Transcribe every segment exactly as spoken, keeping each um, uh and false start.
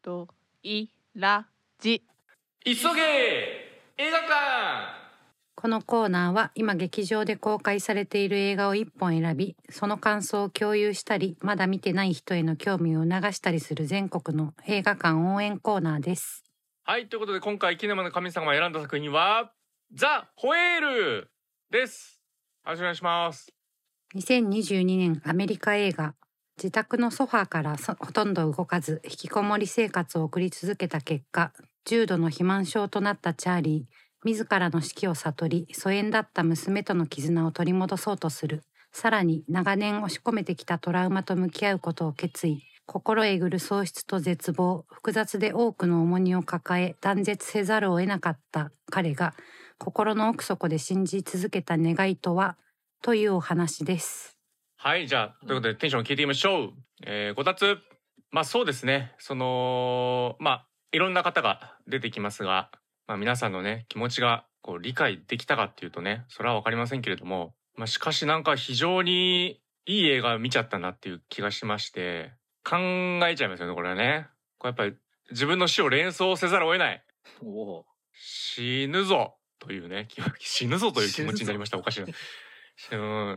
といらじ急げ映画館。 このコーナーは今劇場で公開されている映画をいっぽん選び、その感想を共有したり、まだ見てない人への興味を促したりする全国の映画館応援コーナーです。 はい、ということで今回キネマの神様が選んだ作品はザ・ホエールです。よろしくお願いします。 にせんにじゅうにねんアメリカ映画。自宅のソファーからほとんど動かず引きこもり生活を送り続けた結果、重度の肥満症となったチャーリー。自らの死期を悟り、疎遠だった娘との絆を取り戻そうとする。さらに長年押し込めてきたトラウマと向き合うことを決意。心えぐる喪失と絶望、複雑で多くの重荷を抱え断絶せざるを得なかった彼が、心の奥底で信じ続けた願いとは、というお話です。 はい、じゃあということでテンションを聞いてみましょう。えー、こたつ。まあそうですね、そのまあいろんな方が出てきますが、まあ、皆さんのね気持ちがこう理解できたかっていうとね、それは分かりませんけれども、まあ、しかしなんか非常にいい映画見ちゃったなっていう気がしまして、考えちゃいますよねこれはね。これやっぱり自分の死を連想せざるを得ない。お死ぬぞというね、死ぬぞという気持ちになりました。おかしいな。うん、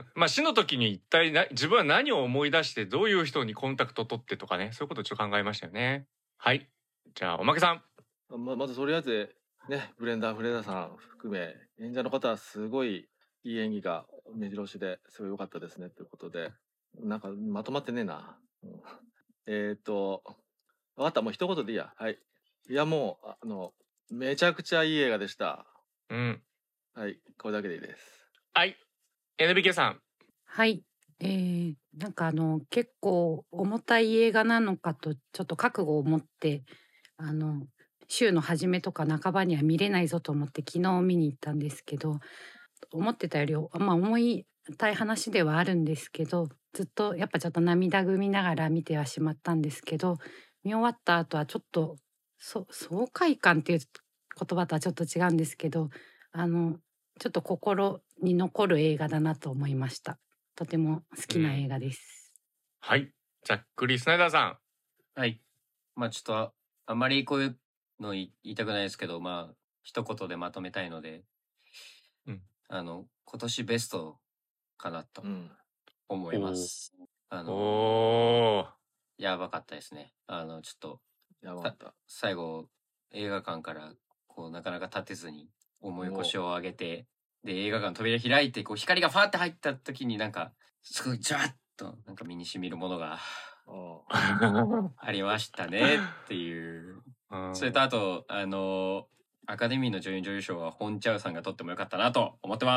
まあ死の時に一体な自分は何を思い出してどういう人にコンタクトを取ってとかね、そういうことをちょっと考えましたよね。はい、じゃあおまけさん。 ままずとりあえずね、ブレンダー・フレーダーさん含め演者の方はすごいいい演技が目白押しですごい良かったですねということで、なんかまとまってねえな。うん、えっと分かった、もう一言でいいや。はい。いやもうあのめちゃくちゃいい映画でした。 うん。 はい、これだけでいいです。 はい。エヌビーケー さん。 はい、えー、なんかあの結構重たい映画なのかとちょっと覚悟を持ってあの週の初めとか半ばには見れないぞと思って昨日見に行ったんですけど、思ってたより、まあ、重いたい話ではあるんですけど、ずっとやっぱちょっと涙ぐみながら見てはしまったんですけど、見終わった後はちょっとそ爽快感っていう言葉とはちょっと違うんですけど、あのちょっと心に残る映画だなと思いました。とても好きな映画です。 うん、はい、ざっくりスナイダーさん。 はい。まあちょっとあまりこういうの言いたくないですけど、まあ一言でまとめたいので、うん、あの今年ベストかなと思います。うん、あのおやばかったですね。あのちょっとやばかった。最後映画館からこうなかなか立てずに重い腰を上げて、で映画館の扉開いてこう光がファーって入った時になんかすごいジャーッとなんか身に染みるものがありましたねっていう。それとあとあのアカデミーの女優女優賞はホンチャウさんが取ってもよかったなと思ってます。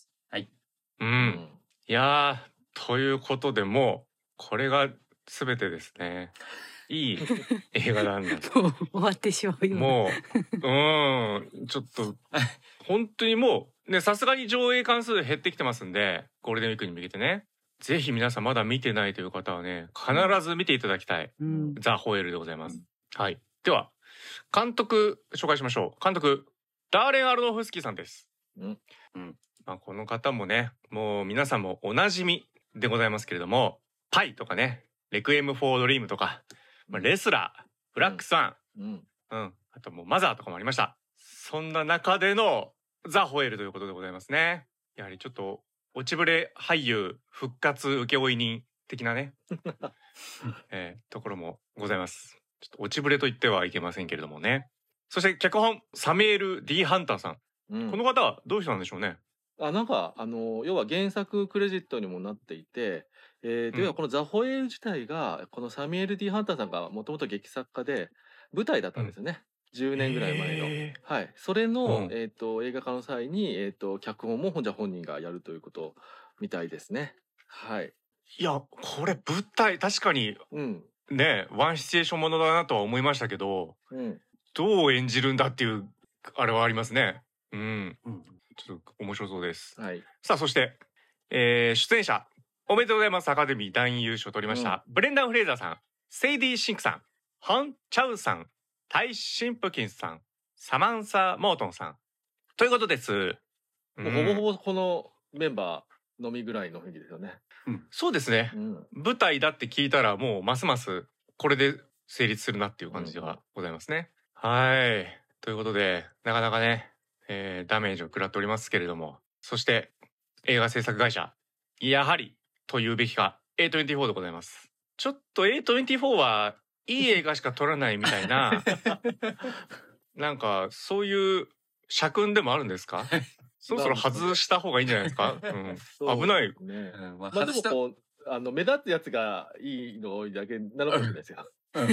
はい。 うん。いやー、ということでもうこれが全てですね。いい映画なんだ。 もう終わってしまうような。 もう、うん、ちょっと本当にもうね、さすがに上映関数減ってきてますんで、ゴールデンウィークに向けてね、ぜひ皆さんまだ見てないという方はね、必ず見ていただきたい、うん、ザ・ホエールでございます。うん、はい。では監督紹介しましょう。監督ダーレン・アロノフスキーさんです。うんうん、まあ、この方もね、もう皆さんもおなじみでございますけれども、パイとかね、レクイエム・フォー・ドリームとか、まあ、レスラー、ブラックスワン、うんうん、あともうマザーとかもありました。そんな中でのザ・ホエールということでございますね。やはりちょっと落ちぶれ俳優復活請負人的なね、えー、ところもございます。ちょっと落ちぶれと言ってはいけませんけれどもね。そして脚本サミュエル・ディ・ハンターさん、うん、この方はどういう人なんでしょうね。 あ、なんかあの要は原作クレジットにもなっていて、えー、ではこのザ・ホエール自体がこのサミュエル・ディ・ハンターさんがもともと劇作家で舞台だったんですよね、うん、じゅうねんぐらい前の、はい、それの、うん、えー、と映画化の際に、えー、と脚本も本じゃ本人がやるということみたいですね。はい。 いやこれ舞台確かに、うん、ねワンシチュエーションものだなとは思いましたけど、うん、どう演じるんだっていうあれはありますね。うん、うん、ちょっと面白そうです。はい、さあそして、えー、出演者おめでとうございます。アカデミー男優賞を取りました、うん、ブレンダン・フレイザーさん、セイディ・シンクさん、ハン・チャウさん、タイ・シンプキンスさん、サマンサ・モートンさんということです。 うん、ほぼほぼこのメンバーのみぐらいの雰囲気ですよね。 うん、そうですね、うん、舞台だって聞いたらもうますますこれで成立するなっていう感じではございますね。うん、はいということでなかなかね、えー、ダメージを食らっておりますけれども、そして映画制作会社やはりというべきか エーにじゅうよん でございます。ちょっと エーにじゅうよん はいい映画しか撮らないみたいななんかそういう社訓でもあるんですか？そろそろ外した方がいいんじゃないですか？うん、危ない。 ね、うん、まあ、まあ、でもこうあの目立つやつがいいの多いだけなのかもしれないですよ。うん、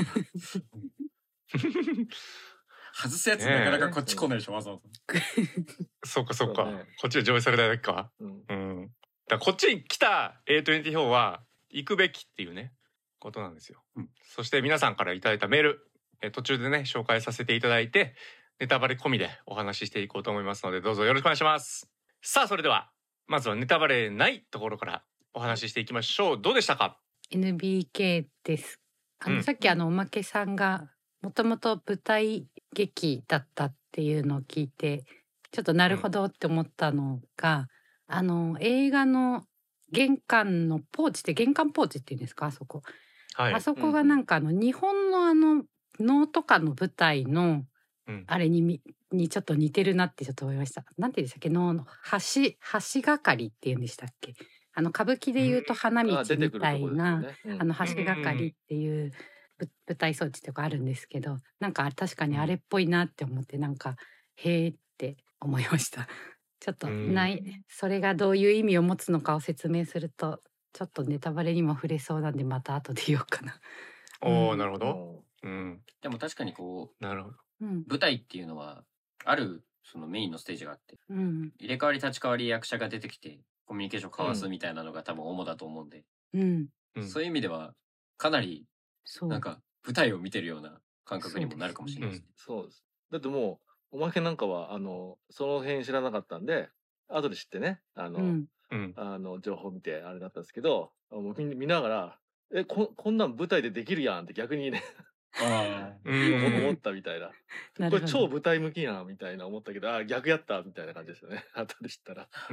外すやつなかなかこっち来ないでしょ、わざわざ。 そうかそうか、ね、こっちで上映されただけか。うん。うん、だからこっちに来た エーにじゅうよん は行くべきっていうねことなんですよ。うん、そして皆さんからいただいたメール、え途中でね紹介させていただいて。ネタバレ込みでお話ししていこうと思いますのでどうぞよろしくお願いします。さあそれではまずはネタバレないところからお話ししていきましょう。どうでしたか？ エヌビーケー です。あの、うん、さっきあのおまけさんがもともと舞台劇だったっていうのを聞いてちょっとなるほどって思ったのが、うん、あの映画の玄関のポーチって玄関ポーチっていうんですかあそこ、はい、あそこがなんかあの日本のあの能とかの舞台のあれににちょっと似てるなってちょっと思いました。なんていうんでしたっけ、の橋橋がかりっていうんでしたっけ。あの歌舞伎でいうと花道みたいな、うん、あの橋がかりっていう舞台装置とかあるんですけど、なんか確かにあれっぽいなって思ってなんかへーって思いました。ちょっとないそれがどういう意味を持つのかを説明するとちょっとネタバレにも触れそうなんでまた後で言おうかな。 おー、なるほど。 うん。でも確かにこうなるほど。 うん、舞台っていうのはあるそのメインのステージがあって、うん、入れ替わり立ち替わり役者が出てきてコミュニケーション交わすみたいなのが多分主だと思うんで、うん、そういう意味ではかなりなんか舞台を見てるような感覚にもなるかもしれないですね。 そうです。だってもうおまけなんかはあのその辺知らなかったんで後で知ってねあの、うん、あの情報見てあれだったんですけどもう 見, 見ながらえ こ, こんなん舞台でできるやんって逆にねあ思ったみたいな。これ超舞台向きなみたいな思ったけど、あ逆やったみたいな感じですよね。後で知ったら。うん、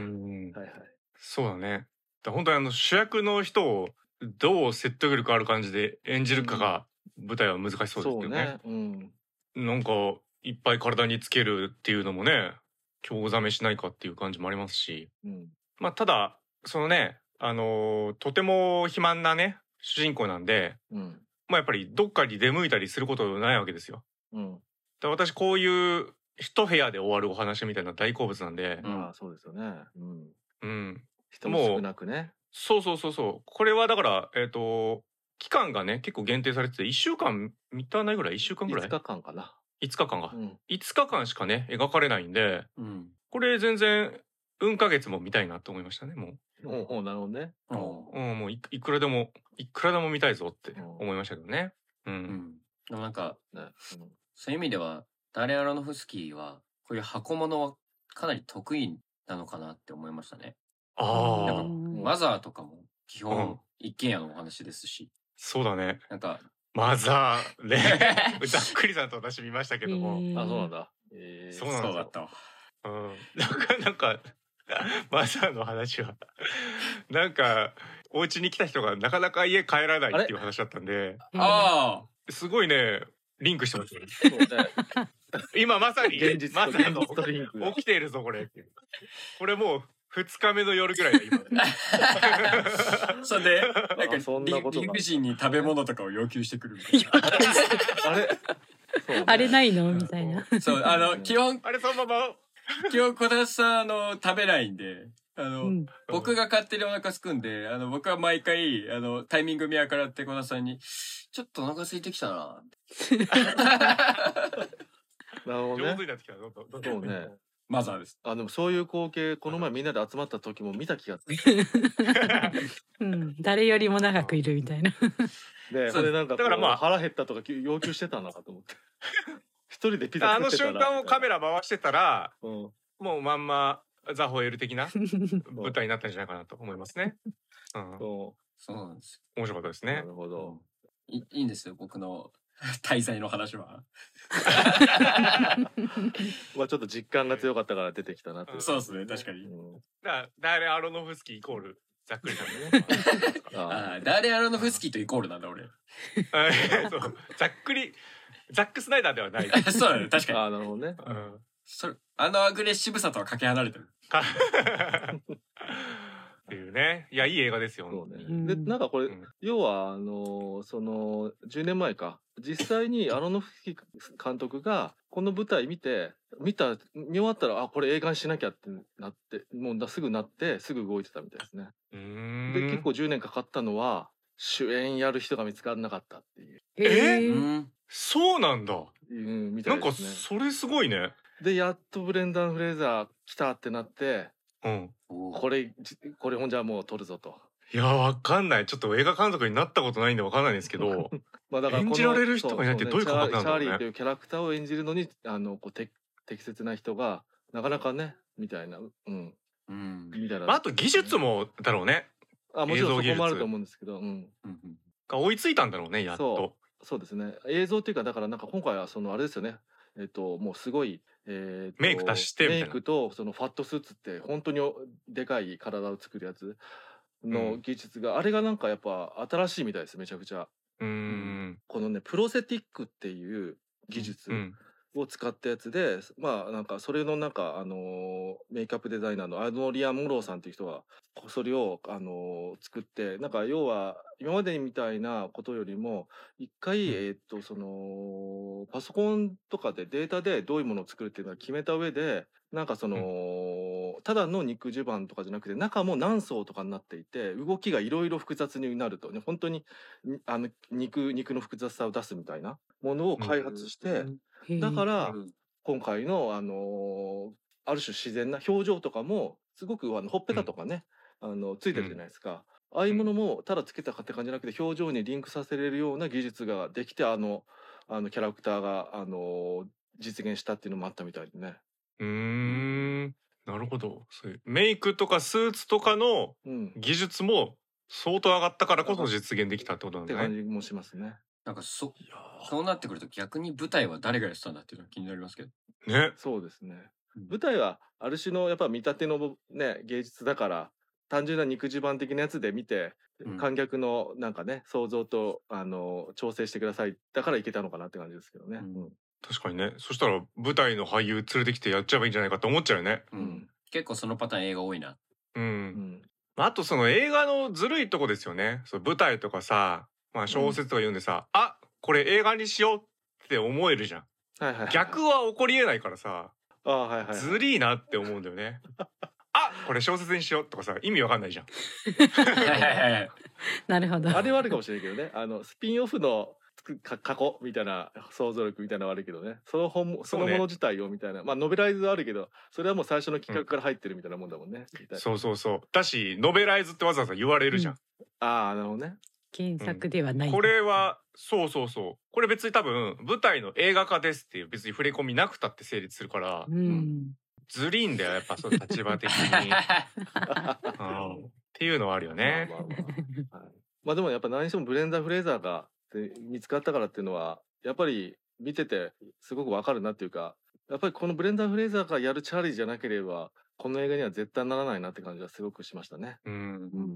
はいはい。そうだね。だ本当にあの主役の人をどう説得力ある感じで演じるかが舞台は難しそうですけどね。そうね。うん。なんかいっぱい体につけるっていうのもね、興ざめしないかっていう感じもありますし。うん、まあただそのね、あのー、とても肥満なね主人公なんで。うんまあやっぱりどっかに出向いたりすることないわけですよ。うん、だ私こういう一部屋で終わるお話みたいな大好物なんで。 うん、ああそうですよね。うん。 うん。 人も少なくね。 そうそうそうそう。これはだからえっと期間がね結構限定されてていっしゅうかん満たないぐらいいっしゅうかんぐらい。 いつかかんかな。 いつかかんが、うん、いつかかんしかね描かれないんで、うん、これ全然うんかげつも見たいなと思いましたねもう。 おおなるほどね。 うん、もう い, いくらでもいくらでも見たいぞって思いましたけどね。うん。うん、 でもなんか、ねうん、そういう意味ではダーレン・アロノフスキーはこういう箱物はかなり得意なのかなって思いましたね。ああ。なんかマザーとかも基本一軒家のお話ですし。 そうだね。 なんかマザーね。ざっくりさんと私見ましたけども。 あそうなんだ。 えー、そうなんだった。うん。なんかなんか。マザーの話はなんかお家に来た人がなかなか家帰らないっていう話だったんで、ああすごいねリンクしてますよね。今まさにマザーの起きているぞこれ。これもうふつかめの夜ぐらいだ今。 そんでなんか理不尽に食べ物とかを要求してくるみたいな。 あれあれないのみたいな。 そうあの基本あれそのまま。 今日小田さんあの食べないんであの、うん、僕が勝手にお腹すくんであの僕は毎回あのタイミング見計らって小田さんにちょっとお腹空いてきたなってなるほどね。 上手になってきたどんどんどんどんそうね。 マザーです。 あでもそういう光景この前みんなで集まった時も見た気がする。 うん、誰よりも長くいるみたいな。 でそれなんかだからまあ腹減ったとか要求してたのかと思って。一人でピザあの瞬間をカメラ回してたら、うん、もうまんまザ・ホエール的な舞台になったんじゃないかなと思いますね。うん、 そうなんですよ。面白かったですね。 なるほど。 いいいんですよ僕の滞在の話は。 まあちょっと実感が強かったから出てきたなって。 そうですね確かに。 うん、だからダーレン・アロノフスキーイコールざっくりだね。 ああ、ダーレン・アロノフスキーとイコールなんだ俺。 そうざっくりザック・スナイダーではない。 そうだね、確かに。 ああ、なるほどね。 うん、 それあのアグレッシブさとはかけ離れてる。 かっていうね。いやいい映画ですよ。 そうね。でなんかこれ、うん、要はあのそのじゅうねんまえか実際にアロノフスキー監督がこの舞台見て見た見終わったらあこれ映画にしなきゃってなってもうすぐなってすぐ動いてたみたいですね。 うーんで結構じゅうねんかかったのは主演やる人が見つからなかったっていう。 えうん、 そうなんだ。 うんみたいですね。 なんかそれすごいね。 でやっとブレンダン・フレイザー来たってなって、 うん、 これこれほんじゃもう撮るぞと。 いやわかんない。ちょっと映画監督になったことないんでわかんないんですけどまあだから演じられる人がいないってどういう感覚なんだろうね。 チャーリーというキャラクターを演じるのにあのこうて適切な人がなかなかねみたいな、うん、 うん、 みたいな、まあ、あと技術もだろうね。 あもちろんそこもあると思うんですけど、うん、 が追いついたんだろうねやっと。 そうそうですね。映像っていうかだからなんか今回はそのあれですよね。えっともうすごい、えー、 メイク足してみたいな。 メイクとそのファットスーツって本当にでかい体を作るやつの技術が、うん、あれがなんかやっぱ新しいみたいですめちゃくちゃ。 うーんこのねプロセティックっていう技術を使ったやつで、うん、まあなんかそれのなんかあのー、メイクアップデザイナーのアドリアン・モローさんっていう人がそれをあのー、作ってなんか要は今までみたいなことよりも一回、うん、えー、っとそのパソコンとかでデータでどういうものを作るっていうのを決めた上でなんかその、うん、ただの肉襦袢とかじゃなくて中も何層とかになっていて動きがいろいろ複雑になるとね本当にあの肉肉の複雑さを出すみたいなものを開発して、うん、だから今回のあのある種自然な表情とかもすごくあのほっぺたとかね、うん、あのついてるじゃないですか、うん、ああいうものもただつけたかって感じじゃなくて表情にリンクさせれるような技術ができてあのあのキャラクターがあの実現したっていうのもあったみたいでね。 うーんなるほど。そういうメイクとかスーツとかの技術も相当上がったからこそ実現できたってことなんだね。 って感じもしますね。 なんかそそうなってくると逆に舞台は誰がやってたんだっていうのが気になりますけどね。 そうですね、うん、舞台はある種のやっぱ見立てのね芸術だから単純な肉襦袢的なやつで見て、うん、観客のなんかね想像とあの調整してくださいだからいけたのかなって感じですけどね、うん、 確かにね。そしたら舞台の俳優連れてきてやっちゃえばいいんじゃないかって思っちゃうよね、 うん、結構そのパターン映画多いな。 うん、うんあとその映画のずるいとこですよね。そう舞台とかさ、まあ、小説とか読んでさ、うん、あこれ映画にしようって思えるじゃん、はいはいはい、逆は起こりえないからさあ、はいはいはい、 ずりーなって思うんだよねあこれ小説にしようとかさ意味わかんないじゃんなるほど。 あれはあるかもしれないけどねあのスピンオフの過去みたいな想像力みたいなのはあるけどねその本そのもの自体をみたいな、ね、まあノベライズはあるけどそれはもう最初の企画から入ってるみたいなもんだもんね、 うん、そうそうそうだしノベライズってわざわざ言われるじゃん、うん、 ああなるほどね原作ではない、 うん、これはそうそうそうこれ別に多分舞台の映画化ですっていう別に触れ込みなくたって成立するから、うん、ずりーんだよやっぱそう立場的に、うん、っていうのはあるよね。まあまあまあ、はい、 まあでもやっぱ何してもブレンダー・フレイザーが見つかったからっていうのはやっぱり見ててすごくわかるなっていうかやっぱりこのブレンダー・フレイザーがやるチャーリーじゃなければこの映画には絶対ならないなって感じはすごくしましたね。うん、うん、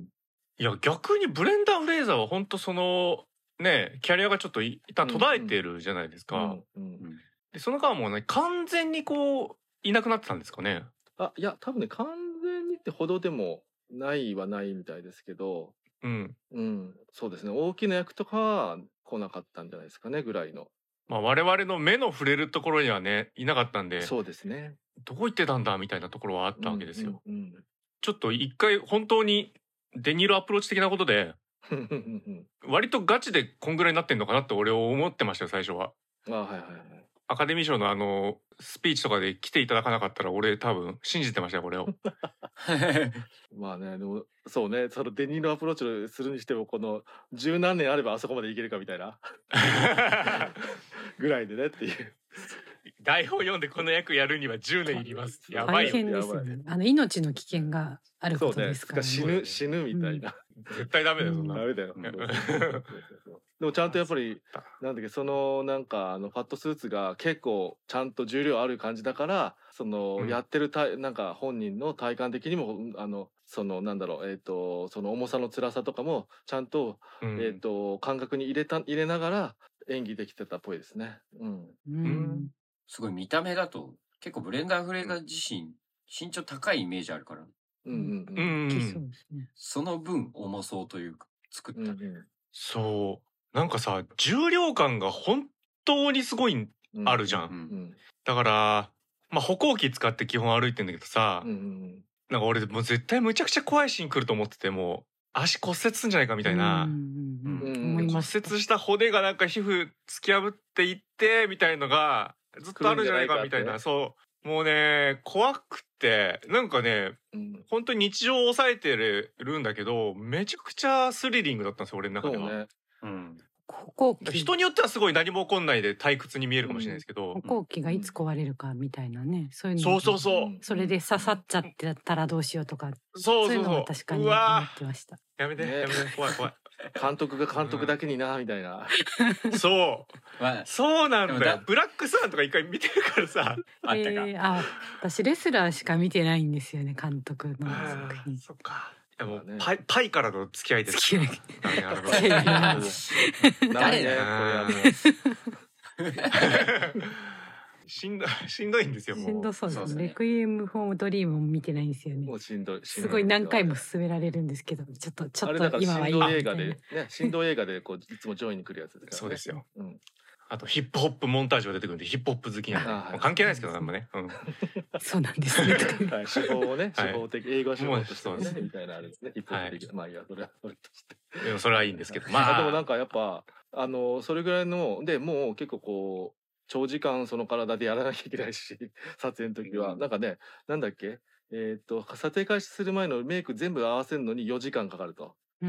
いや逆にブレンダー・フレイザーは本当そのねキャリアがちょっと一旦途絶えてるじゃないですか。でその間もね完全にこういなくなってたんですかね。 あいや多分ね完全にってほどでもないはないみたいですけど。うん、うん、そうですね大きな役とかは来なかったんじゃないですかねぐらいの、 まあ、我々の目の触れるところにはねいなかったんでそうですねどこ行ってたんだみたいなところはあったわけですよ、うんうんうん、ちょっと一回本当にデニーロアプローチ的なことで割とガチでこんぐらいになってんのかなって俺は思ってましたよ最初は。あ、はいはいはい、アカデミー賞のあのスピーチとかで来ていただかなかったら俺多分信じてましたよこれをまあねでもそうねそのデニーロアプローチをするにしてもこの十何年あればあそこまでいけるかみたいなぐらいでねっていう台本読んでこの役やるにはじゅうねんいりますやばいよ大変ですね。あの命の危険があることですから、ね、 そうね、死ぬ死ぬみたいな、 うん、絶対ダメだよそんな、 ダメだよでもちゃんとやっぱりなんだっけそのなんかあのファットスーツが結構ちゃんと重量ある感じだからその、うん、やってるたなんか本人の体感的にもあのそのなんだろう、えー、とその重さの辛さとかもちゃんと,、うん、えー、と感覚に入れた入れながら演技できてたっぽいですね。うん、 うん、 すごい見た目だと結構ブレンダー・フレイザー自身、うん、身長高いイメージあるから、 うんうんうん、うん、そうですね。 その分重そうというか作った、うんうん、 そうなんかさ重量感が本当にすごいあるじゃん、うんうん、だからまあ歩行器使って基本歩いてんだけどさ、うんうん、なんか俺もう絶対むちゃくちゃ怖いシーン来ると思ってて、もう足骨折すんじゃないかみたいな、うんうんうん、骨折した骨がなんか皮膚突き破っていってみたいのがずっとあるんじゃないかみたいな、そうもうね怖くてなんかね、うん、本当に日常を抑えてるんだけどめちゃくちゃスリリングだったんですよ俺の中では。そうね、うん、歩行機人によってはすごい何も起こんないで退屈に見えるかもしれないですけど、 うん、歩行機がいつ壊れるかみたいなね、そういうの、 そうそうそう、 それで刺さっちゃってたらどうしようとか、 そうそうそう、 そういうのは確かに思ってました。 やめて、ね、やめて、怖い怖い。 監督が監督だけにな、うん、みたいな。 そう、まあ、そうなんだよ。ブラックスワンとか一回見てるからさ。 あったか、えー、あ、私レスラーしか見てないんですよね、監督の作品。 そっか。でもね、パイパイからの付き合いです。 付き合い。 誰だよこれはもう。しんどしんどいんですよ。もうしんどそうです。レクイエムフォームドリームも見てないんですよね。 もうしんどい。 すごい何回も勧められるんですけど、ちょっとちょっと今はいいな。振動映画でね、振動映画でこういつも上位に来るやつですからね。 そうですよ。うん。あとヒップホップモンタージュが出てくるんでヒップホップ好きなんで、もう関係ないですけどなんもね。うん。 そうなんですね。 はい。手法をね、手法的英語手法としてねみたいなあれですね。ヒップホップ的。まあいやそれはそれとして。 でもそれはいいんですけど、まあでもなんかやっぱあのそれぐらいのでもう結構こう。長時間その体でやらなきゃいけないし撮影の時は、うん、なんかねなんだっけえっ、ー、と撮影開始する前のメイク全部合わせるのによじかんかかると、うん、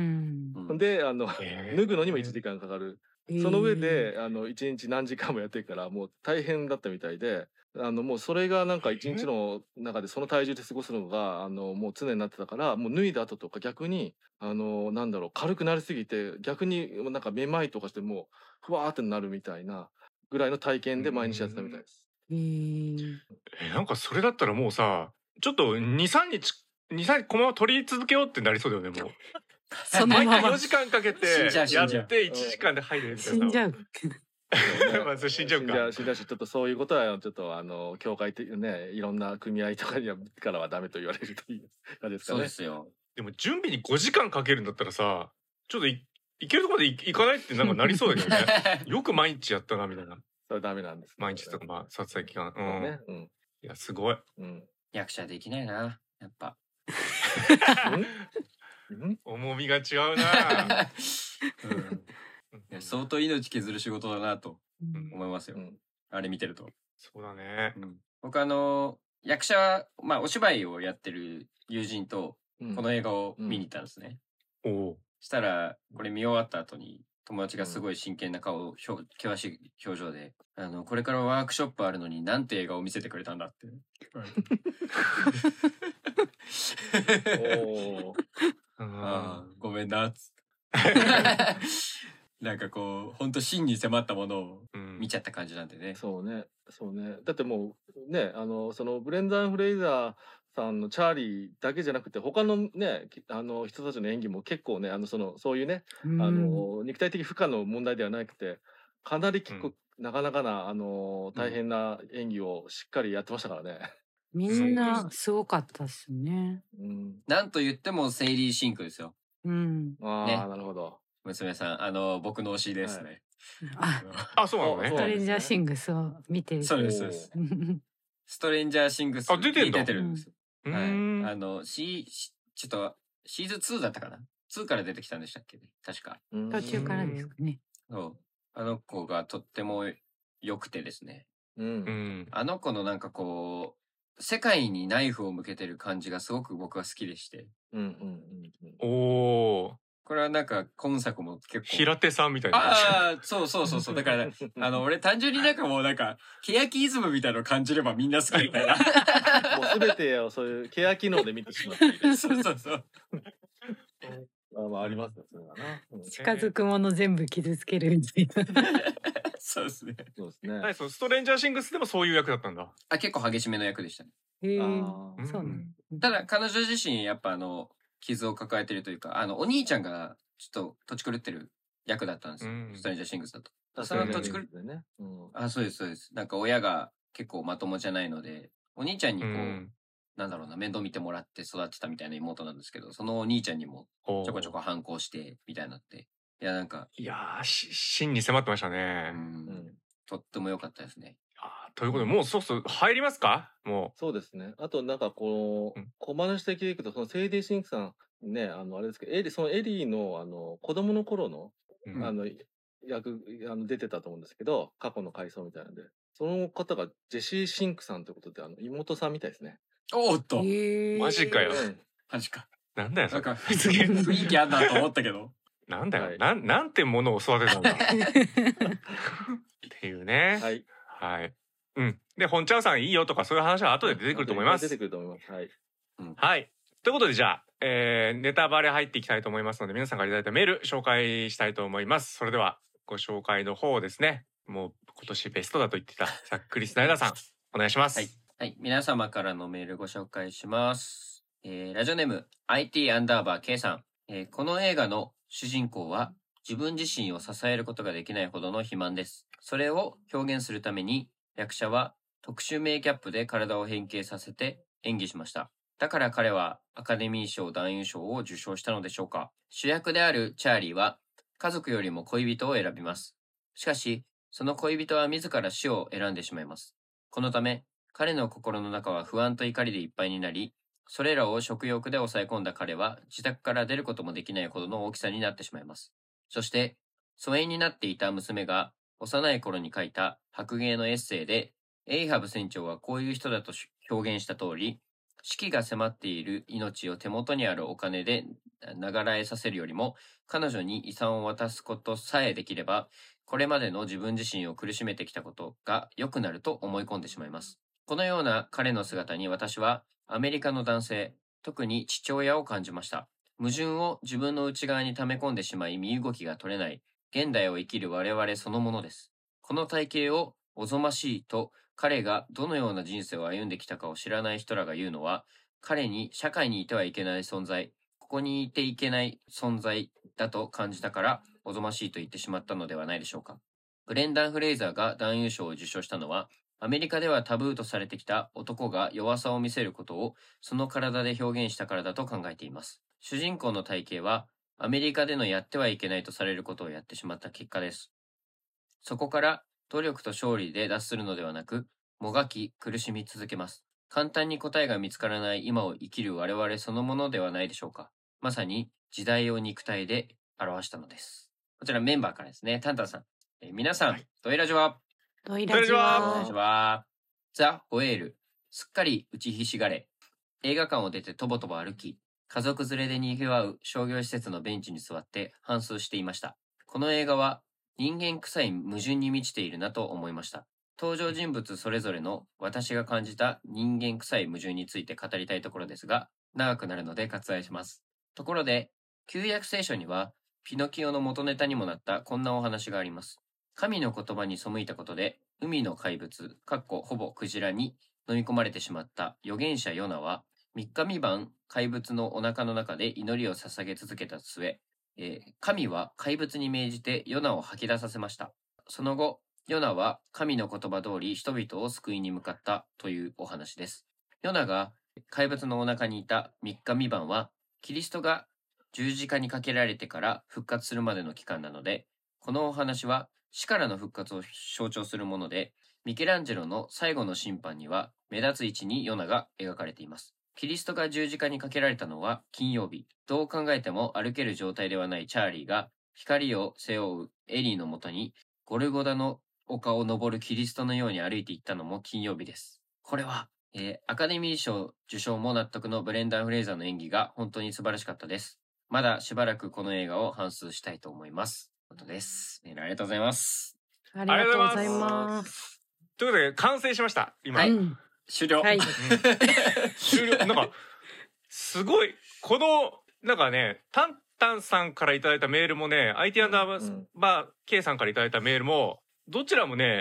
であの、えー、脱ぐのにもいちじかんかかる、えー、その上であのいちにち何時間もやってるからもう大変だったみたいで、あのもうそれがなんかいちにちの中でその体重で過ごすのがあのもう常になってたから、もう脱いだ後とか逆にあのなんだろう軽くなりすぎて逆になんかめまいとかしてもうふわーってなるみたいなぐらいの体験で毎日やってたみたいです。 えー、 えなんかそれだったらもうさちょっとにさんにちにさんにちこのまま取り続けようってなりそうだよねもう。 そのままよじかんかけてやっていちじかんで入るみたいな。 死んじゃう。 まあそれ死んじゃうか。 死んじゃうしちょっとそういうことはちょっとあの協会的ねいろんな組合とかにはからはダメと言われるという感じですかね。 そうですよ。 でも準備にごじかんかけるんだったらさちょっといいけるところで行かないってなんかなりそうだけどね。よく毎日やったなみたいな。 それダメなんです、ね。 毎日とかまあ撮影期間。うん。ね、うん。いやすごい。うん。 役者できないなやっぱ。 重みが違うな。 うん、相当命削る仕事だなと思いますよ。うん、あれ見てると。 そうだね。 うん、僕あの役者まあお芝居をやってる友人とこの映画を見に行ったんですね。 うんうん、おしたらこれ見終わった後に友達がすごい真剣な顔を険しい表情で、あのこれからワークショップあるのになんて映画を見せてくれたんだって。おあごめんなっつってなんかこう本当真に迫ったものを見ちゃった感じなんでね、うん、 そうねそうねだってもうねあのそのブレンダン・フレイザーさんのチャーリーだけじゃなくて他のねあの人たちの演技も結構ねあのそのそういうね、うん、あの肉体的負荷の問題ではなくてかなり結構、うん、なかなかなあの大変な演技をしっかりやってましたからね。 みんなすごかったですね。 うん、なんと言ってもセイリー・シンクですよ。 うん。 ああ、ね、なるほど。 娘さんあの僕の推しですね。 はい、あ、そうなのね。 ストレンジャーシングスを見てる。 そうですそうです。ストレンジャーシングスに出てるんです。はい。あのシちょっとシーズンツーだったかな。ツーから出てきたんでしたっけね。確か。 途中からですかね。 そう。あの子がとっても良くてですね。 うん。 あの子のなんかこう世界にナイフを向けてる感じがすごく僕は好きでして。 うんうんうん。おお。 これはなんか今作も結構平手さんみたいな。 ああ、そうそうそうそう。だからあの俺単純になんかもうなんか欅イズムみたいなのを感じればみんな好きみたいな。 もうすべてをそういう欅能で見てしまっている。 そうそうそう。 あまあありますよそれはな。 近づくもの全部傷つけるみたいな。 そうですね。 そうですね。 はい、そうストレンジャーシングスでもそういう役だったんだ。 あ、結構激しめの役でしたね。 へえ、 あーそうね。 ただ彼女自身やっぱあの傷を抱えてるというか、あのお兄ちゃんがちょっと土地狂ってる役だったんですよ、 うんストレンジャーシングスだと。 あ、 その土地狂っでね。うん。 あ、そうですそうです。なんか親が結構まともじゃないので、お兄ちゃんにこう、 うんなんだろうな、面倒見てもらって育てたみたいな妹なんですけど、そのお兄ちゃんにもほうちょこちょこ反抗してみたいになって、いやなんか、 いやーし真に迫ってましたうね。 ん、 うん。 とっても良かったですね。 あーということでもうそうそう入りますかもそうですね。あとなんかこのうん小話的にいくと、そのセイディ・シンクさんね、あのあれですけど、エリそのエリーのあの子供の頃のう、うんあの役あの出てたと思うんですけど、過去の回想みたいなんで、その方がジェシー・シンクさんということで、あの妹さんみたいですね。 おーっと、 へえ。 マジかようん。 マジか。 なんだよそれなんか雰囲気あんなと思ったけど。 なんだよ、 はいなんなんてものを育てたんだっていうねはい。 はい、うんで本ちゃんさんいいよとかそういう話は後で出てくると思います。 出てくると思います。はい。 はいということでじゃあ、えー、ネタバレ入っていきたいと思いますので皆さんからいただいたメール紹介したいと思います。それではご紹介の方ですね、もう今年ベストだと言ってたさっくりスナイダーさんお願いします。 はい、はい、皆様からのメールご紹介します。えー、ラジオネーム アイティー アンダーバー K さん、えー、この映画の主人公は自分自身を支えることができないほどの肥満です。それを表現するために役者は特殊メイキャップで体を変形させて演技しました。だから彼はアカデミー賞男優賞を受賞したのでしょうか。主役であるチャーリーは家族よりも恋人を選びます。しかしその恋人は自ら死を選んでしまいます。このため彼の心の中は不安と怒りでいっぱいになり、それらを食欲で抑え込んだ彼は自宅から出ることもできないほどの大きさになってしまいます。そして疎遠になっていた娘が幼い頃に書いた白芸のエッセイで、エイハブ船長はこういう人だと表現した通り、死期が迫っている命を手元にあるお金でながらえさせるよりも、彼女に遺産を渡すことさえできれば、これまでの自分自身を苦しめてきたことが良くなると思い込んでしまいます。このような彼の姿に私はアメリカの男性、特に父親を感じました。矛盾を自分の内側に溜め込んでしまい身動きが取れない現代を生きる我々そのものです。この体型をおぞましいと彼がどのような人生を歩んできたかを知らない人らが言うのは、彼に社会にいてはいけない存在、ここにいていけない存在だと感じたからおぞましいと言ってしまったのではないでしょうか。ブレンダン・フレイザーが男優賞を受賞したのは、アメリカではタブーとされてきた男が弱さを見せることをその体で表現したからだと考えています。主人公の体型はアメリカでのやってはいけないとされることをやってしまった結果です。そこから努力と勝利で脱するのではなく、もがき苦しみ続けます。簡単に答えが見つからない今を生きる我々そのものではないでしょうか。まさに時代を肉体で表したのです。こちらメンバーからですね、タンタンさん。えー、皆さん、はい、ドイラジはドイラジはザ・ホエール、すっかり打ちひしがれ、映画館を出てとぼとぼ歩き、家族連れで賑わう商業施設のベンチに座って反芻していました。この映画は人間臭い矛盾に満ちているなと思いました。登場人物それぞれの私が感じた人間臭い矛盾について語りたいところですが、長くなるので割愛します。ところで、旧約聖書にはピノキオの元ネタにもなったこんなお話があります。神の言葉に背いたことで、海の怪物、かっこほぼクジラに飲み込まれてしまった預言者ヨナは、みっかみばん怪物のお腹の中で祈りを捧げ続けた末、えー、神は怪物に命じてヨナを吐き出させました。その後、ヨナは神の言葉通り人々を救いに向かったというお話です。ヨナが怪物のお腹にいたみっかみばんは、キリストが十字架にかけられてから復活するまでの期間なので、このお話は死からの復活を象徴するもので、ミケランジェロの最後の審判には目立つ位置にヨナが描かれています。キリストが十字架にかけられたのは金曜日。どう考えても歩ける状態ではないチャーリーが光を背負うエリーのもとにゴルゴダの丘を登るキリストのように歩いていったのも金曜日です。これは、えー、アカデミー賞受賞も納得のブレンダン・フレイザーの演技が本当に素晴らしかったです。まだしばらくこの映画を反芻したいと思います。ということです。メールありがとうございます。 ありがとうございます。 ということで完成しました。今、 はい、終了。 はい、 終了。なんかすごいこのなんかね、タンタンさんからいただいたメールもね、アイティー アンダーバー K さんからいただいたメールもどちらもね、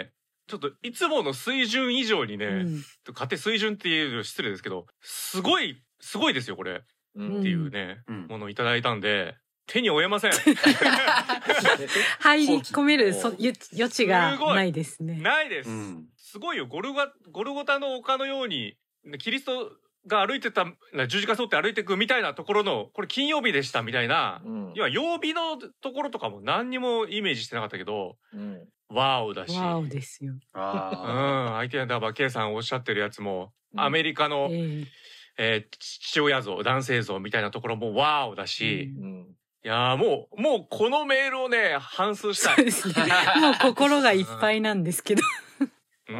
ちょっといつもの水準以上にね、 うん勝手に水準っていうの失礼ですけど、すごいすごいですよこれ、 うっていうね、 うんものをいただいたんで手に負えません。 入り込めるそゆ余地がないですね。 ないです、 うん、 すごいよ。ゴルゴゴルゴタの丘のようにキリストが歩いてた十字架沿って歩いていくみたいなところのこれ金曜日でしたみたいな、 うん、 要は曜日のところとかも何にもイメージしてなかったけど、 うん、 ワオだし、 ワオですよ。 あうん、相手だば K さんおっしゃってるやつも、うん、アメリカの、 えーえー、父親像男性像みたいなところもワオだし、 うん、 いやもうもうこのメールをね反芻したい。 そうですね。もう心がいっぱいなんですけど。 うん、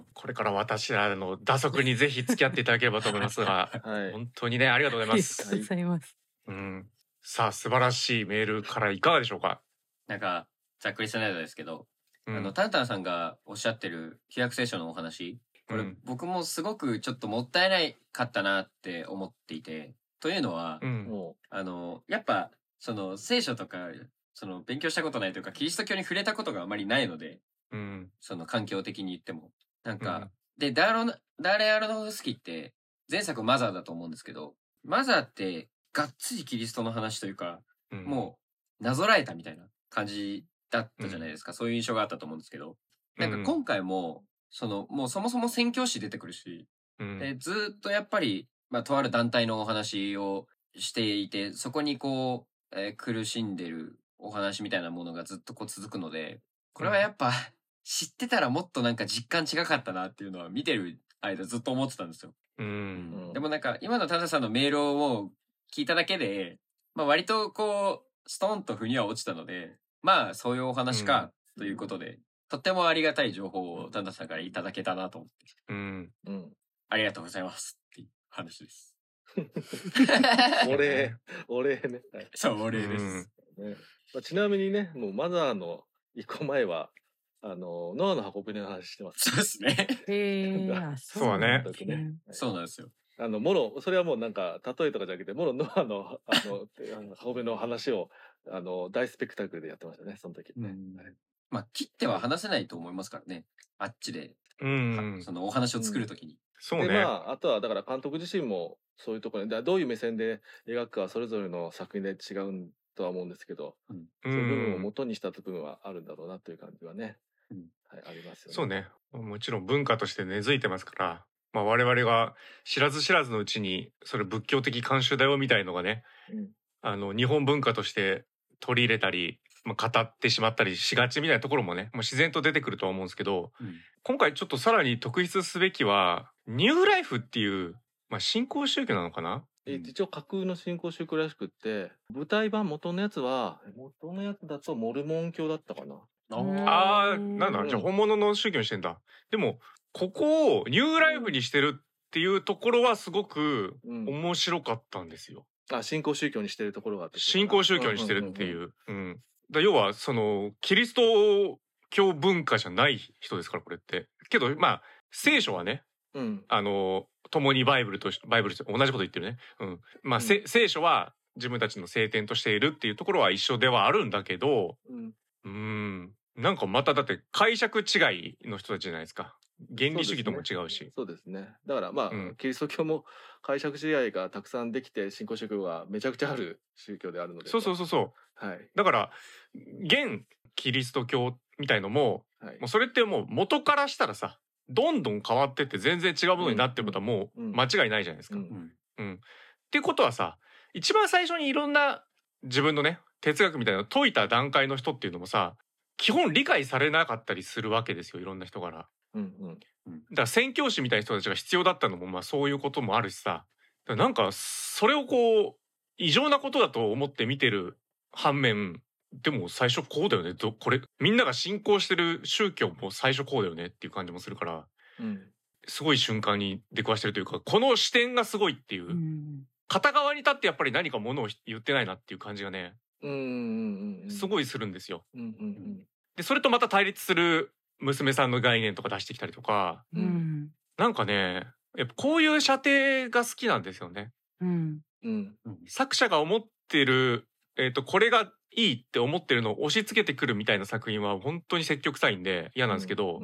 これから私らの打足にぜひ付き合っていただければと思いますが、はい、本当にねありがとうございます。 ありがとうございます。 うん、さあ素晴らしいメールからいかがでしょうか。 なんかざっくりした内容ですけど、 うん、 あのタンタンさんがおっしゃってる旧約聖書のお話、これ、うん、僕もすごくちょっともったいないかったなって思っていて、というのは、うん、あのやっぱその聖書とかその勉強したことないというかキリスト教に触れたことがあまりないので。 うん、 その環境的に言ってもなんか、うん、でダーロダーレ・アロノフスキーって前作マザーだと思うんですけど、マザーってがっつりキリストの話というか、うん、もうなぞらえたみたいな感じだったじゃないですか、うん、そういう印象があったと思うんですけど、なんか今回もそのもうそもそも宣教師出てくるし、うん、でずっとやっぱり、まあ、とある団体のお話をしていて、そこにこう、えー、苦しんでるお話みたいなものがずっとこう続くので、これはやっぱ、うん知ってたらもっとなんか実感違かったなっていうのは見てる間ずっと思ってたんですよ。 うん、 でもなんか今のタンタさんのメールを聞いただけで、まあ割とこうストーンと腑には落ちたので、まあそういうお話かということで、うん、とってもありがたい情報をタンタさんからいただけたなと思って、 うんうん、 ありがとうございますっていう話です。 お礼お礼ね。 そうお礼です。 ねまあ、ちなみにね、もうマザーの一個前は。あのノアの箱舟の話してます。 そうですね。 へえ、 そうね。 そうなんですよ。 あのもろそれはもうなんか例えとかじゃなくて、もろノアのあの箱舟の話をあの大スペクタクルでやってましたね、その時ね。 まあ切っては話せないと思いますからね。あっちで、 うん、 そのお話を作る時に。うん、 そうね。 でまああとはだから監督自身もそういうところでどういう目線で描くかはそれぞれの作品で違うとは思うんですけど、うん、そういう部分を元にした部分はあるんだろうなという感じはね。うんはい、ありますよね。 そうね。もちろん文化として根付いてますから、まあ、我々が知らず知らずのうちにそれ仏教的慣習だよみたいのがね、うん、あの日本文化として取り入れたり、まあ、語ってしまったりしがちみたいなところもね、もう自然と出てくるとは思うんですけど、うん、今回ちょっとさらに特筆すべきはニューライフっていう、まあ、新興宗教なのかな。 えー、一応架空の新興宗教らしくって、舞台版元のやつは元のやつだとモルモン教だったかな。 ああ、なんだ、じゃあ本物の宗教にしてんだ。でもここをニューライフにしてるっていうところはすごく面白かったんですよ。 うん、あ、新興宗教にしてるところがあって。 新興宗教にしてるっていう。うん。だ要はそのキリスト教文化じゃない人ですからこれって。けどまあ聖書はね、うん、あの共にバイブルとバイブルと同じこと言ってるね。うん。まあ、うん、聖書は自分たちの聖典としているっていうところは一緒ではあるんだけど、うん。うーんなんかまただって解釈違いの人たちじゃないですか。原理主義とも違うし。 そうですね。だからまあ、うん、キリスト教も解釈違いがたくさんできて新興宗教がめちゃくちゃある宗教であるので。 そうそうそうそう。はい。だから現キリスト教みたいのも、はい、もうそれってもう元からしたらさ、どんどん変わってって全然違うものになってることはもう間違いないじゃないですか。うん。うんうん、っていうことはさ、一番最初にいろんな自分のね哲学みたいなのを解いた段階の人っていうのもさ。基本理解されなかったりするわけですよ、いろんな人から。うんうんうん、だから宣教師みたいな人たちが必要だったのもまあそういうこともあるしさ、だなんかそれをこう異常なことだと思って見てる反面、でも最初こうだよね、どこれみんなが信仰してる宗教も最初こうだよねっていう感じもするから、うん、すごい瞬間に出くわしてるというか、この視点がすごいっていう、うん、片側に立ってやっぱり何かものを言ってないなっていう感じがね、うんうんうん、すごいするんですよ。うんうんうん、でそれとまた対立する娘さんの概念とか出してきたりとか、うん、なんかねやっぱこういう射程が好きなんですよね。うんうん、作者が思ってる、えーと、これがいいって思ってるのを押し付けてくるみたいな作品は本当に積極臭いんで嫌なんですけど、うんうん、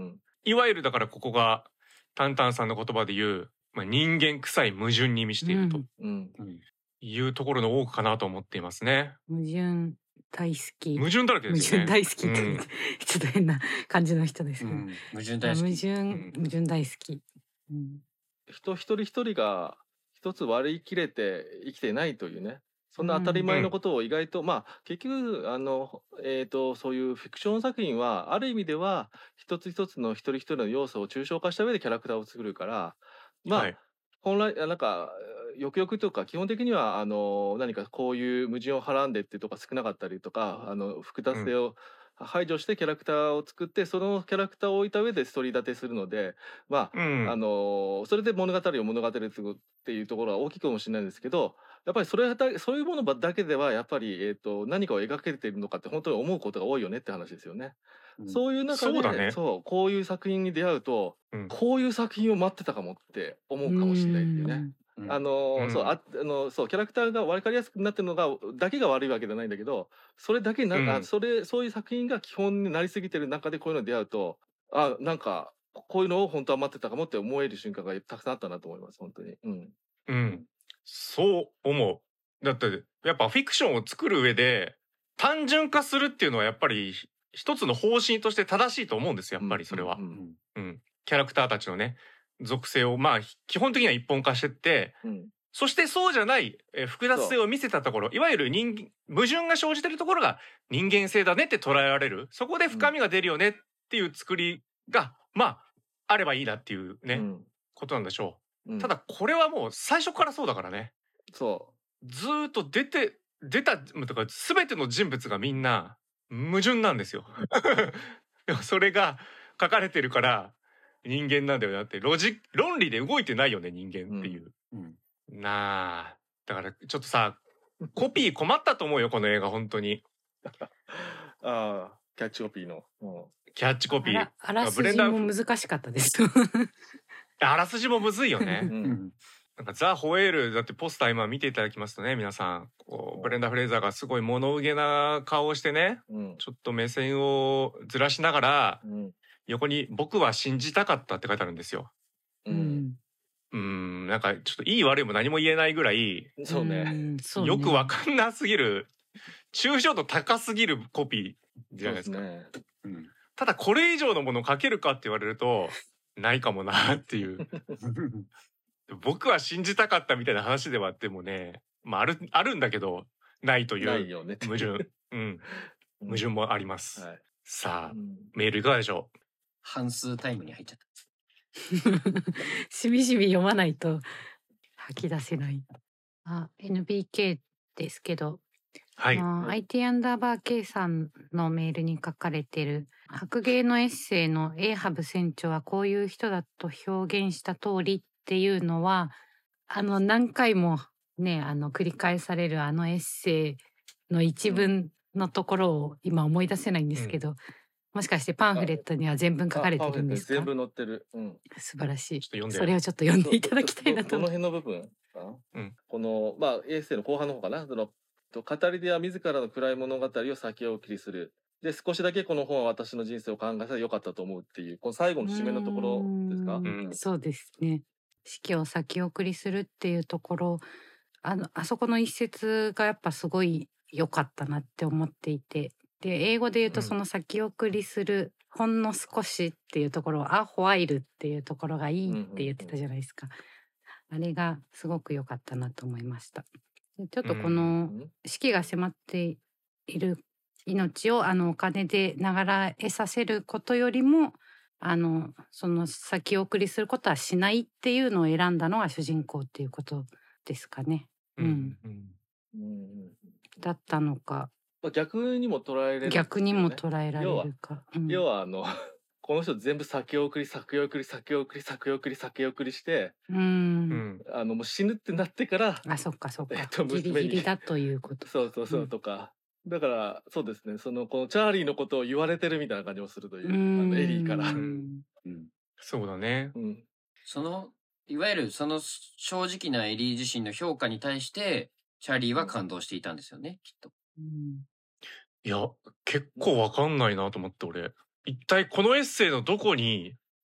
いわゆるだからここがタンタンさんの言葉で言う、まあ、人間臭い矛盾に満ちているというところの多くかなと思っていますね。 矛盾大好き。 矛盾だらけですよね。 矛盾大好きって、 うん、 ちょっと変な感じの人ですけど、うん、 矛盾大好き。 矛盾、矛盾大好き。うん、 人一人一人が一つ割り切れて生きてないというね。そんな当たり前のことを意外と、うん、まあ結局あの、えーと、そういうフィクション作品はある意味では一つ一つの一人一人の要素を抽象化した上でキャラクターを作るからまあ、はい、本来なんかよくよくとか基本的にはあの何かこういう矛盾をはらんでっていうとか少なかったりとかあの複雑性を排除してキャラクターを作ってそのキャラクターを置いた上でストーリー立てするのでまあ、うん、あのそれで物語を物語るっていうところは大きいかもしれないんですけどやっぱりそれだそういうものだけではやっぱり、えーと、何かを描けているのかって本当に思うことが多いよねって話ですよね。うん、そういう中でそうだね、そうこういう作品に出会うと、うん、こういう作品を待ってたかもって思うかもしれないっていうね。うん、あの、うん、そうああのそうキャラクターが分かりやすくなってるのがだけが悪いわけじゃないんだけどそれだけな、うん、あそれそういう作品が基本になりすぎてる中でこういうのに出会うとあなんかこういうのを本当は待ってたかもって思える瞬間がたくさんあったなと思います本当に。うん、 うんそう思う。だってやっぱフィクションを作る上で単純化するっていうのはやっぱり一つの方針として正しいと思うんですよやっぱりそれは。うん、うん、キャラクターたちのね属性をまあ基本的には一本化してって、うん、そしてそうじゃないえ複雑性を見せたところいわゆる人矛盾が生じてるところが人間性だねって捉えられるそこで深みが出るよねっていう作りが、まああればいいなっていうね、うん、ことなんでしょう。ただこれはもう最初からそうだからね。 そうずーっと出て出たとか全ての人物がみんな矛盾なんですよ。でもそれが書かれてるから人間なんだよなってロジ論理で動いてないよね人間っていう、うんうん、なあだからちょっとさコピー困ったと思うよこの映画本当に。 ああキャッチコピーの、うん、 キャッチコピー あ, あらすじも難しかったですあらすじもむずいよね、うん、なんかザ・ホエールだってポスター今見ていただきますとね皆さんこうブレンダー・フレイザーがすごい物憂げな顔をしてね、うん、ちょっと目線をずらしながら、うん、横に僕は信じたかったって書いてあるんですよ。うん、うんなんかちょっといい悪いも何も言えないぐらいそうねよくわかんなすぎる抽象度高すぎるコピーじゃないですか。そうですね、うん、ただこれ以上のものを書けるかって言われるとないかもなっていう僕は信じたかったみたいな話ではあってもね、まあ、あるあるんだけどないという矛盾、ねうん、矛盾もあります、はい、さあ、うん、メールいかがでしょう。 半数タイムに入っちゃったしみしみ読まないと吐き出せない。あ エヌビーケー ですけどはい、アイティー アンダーバー K さんのメールに書かれてる白芸のエッセイのエーハブ船長はこういう人だと表現した通りっていうのはあの何回もねあの繰り返されるあのエッセイの一文のところを今思い出せないんですけど、うん、もしかしてパンフレットには全文書かれてるんですか。 全部載ってる、うん、 素晴らしい。それをちょっと読んでいただきたいなと。 この辺の部分うん、このまあエッセイの後半の方かなその語り手は自らの暗い物語を先送りするで少しだけこの本は私の人生を考えたらよかったと思うっていうこの最後の締めのところですか。うん、 そうですね。死期を先送りするっていうところ あのあそこの一節がやっぱすごい良かったなって思っていてで英語で言うとその先送りする、うん、ほんの少しっていうところをアホワイルっていうところがいいって言ってたじゃないですか、うんうんうん、あれがすごく良かったなと思いました。ちょっとこの死期が迫っている命をあのお金でながら得させることよりもあのその先送りすることはしないっていうのを選んだのが主人公っていうことですかね。うん。うん、だったのか。 逆にも捉えれる、ね、 逆にも捉えられるか。 要は、うん、要はあのこの人全部先送り先送り先送り先送り先送りしてうんあのもう死ぬってなってからあそっかそっか、えっと、ギリギリだということそうそうそう、うん、とかだからそうですねそのこのチャーリーのことを言われてるみたいな感じもするというあのエリーから、うんうん、そうだね、うん、 そのいわゆるその正直なエリー自身の評価に対してチャーリーは感動していたんですよねきっと、うん、 いや結構わかんないなと思って俺一体このエッセイのどこに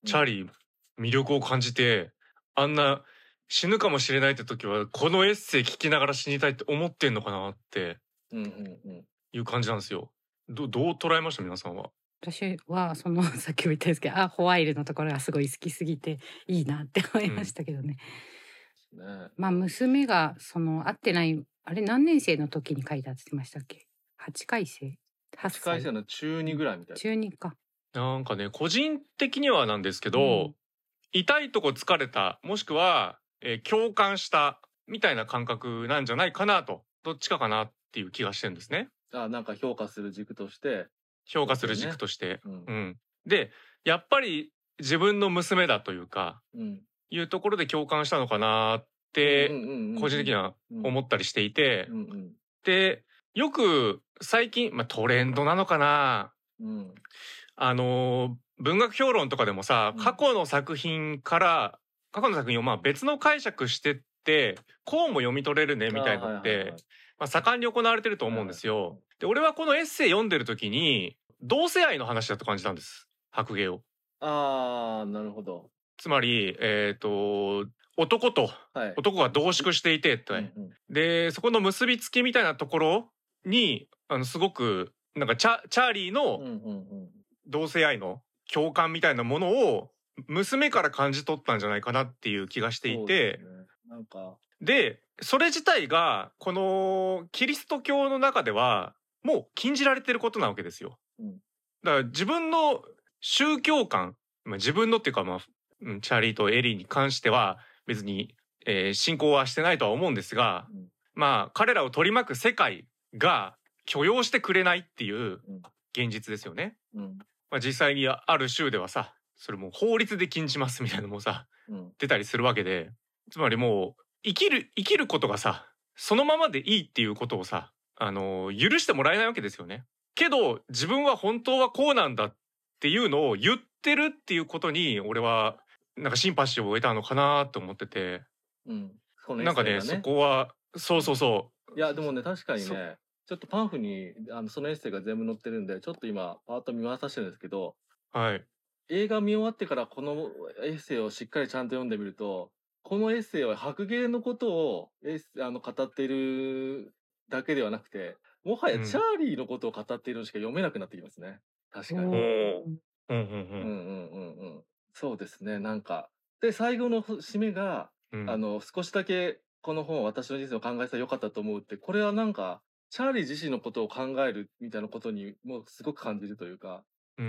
チャーリー魅力を感じて、あんな死ぬかもしれないって時はこのエッセイ聞きながら死にたいって思ってんのかなっていう感じなんですよ。どどう捉えました皆さんは？ 私はそのさっきも言ったんですけど、あホワイルのところがすごい好きすぎていいなって思いましたけどね。うん、まあ娘がその会ってないあれ何年生の時に書いたって言ってましたっけ？はちかい生？ はちかい生の中にぐらいみたいな。 中にか。 なんかね個人的にはなんですけど、うん、痛いとこ疲れたもしくは、えー、共感したみたいな感覚なんじゃないかなと、どっちかかなっていう気がしてるんですね。 あなんか評価する軸として評価する軸として、ね、うん、うん、でやっぱり自分の娘だというか、うん、いうところで共感したのかなって個人的には思ったりしていて、うんうん、でよく最近、まあ、トレンドなのかな、うん、あの文学評論とかでもさ、過去の作品から過去の作品をまあ別の解釈してってこうも読み取れるねみたいのってまあ盛んに行われてると思うんですよ。で俺はこのエッセイ読んでる時に同性愛の話だと感じたんです、白芸を。 あーなるほど。 つまりえっと男と男が同縮していてって、はい、でそこの結びつきみたいなところにあのすごくなんかチャ、チャーリーの同性愛の共感みたいなものを娘から感じ取ったんじゃないかなっていう気がしていて、ね、なんかでそれ自体がこのキリスト教の中ではもう禁じられてることなわけですよ。うん、だから自分の宗教観、まあ、自分のっていうかまあチャーリーとエリーに関しては別に、えー、信仰はしてないとは思うんですが、うん、まあ彼らを取り巻く世界が許容してくれないっていう現実ですよね。うんまあ、実際にある州ではさそれも法律で禁じますみたいなのもさ、うん、出たりするわけで、つまりもう生きる生きることがさそのままでいいっていうことをさ、あのー、許してもらえないわけですよね。けど自分は本当はこうなんだっていうのを言ってるっていうことに俺はなんかシンパシーを得たのかなと思ってて、うん、ね、なんかねそこはそうそうそう。 いやでもね確かにねちょっとパンフにあのそのエッセイが全部載ってるんでちょっと今パーッと見回させてるんですけど、 はい、 映画見終わってからこのエッセイをしっかりちゃんと読んでみるとこのエッセイは白芸のことをエッあの語っているだけではなくてもはやチャーリーのことを語っているのしか読めなくなってきますね。確かに。うんうんうんうんうん。そうですね。なんかで最後の締めが、うん、あの少しだけこの本を私の人生を考えたらよかったと思うってこれはなんかチャーリー自身のことを考えるみたいなことにもうすごく感じるというか、うん、うん、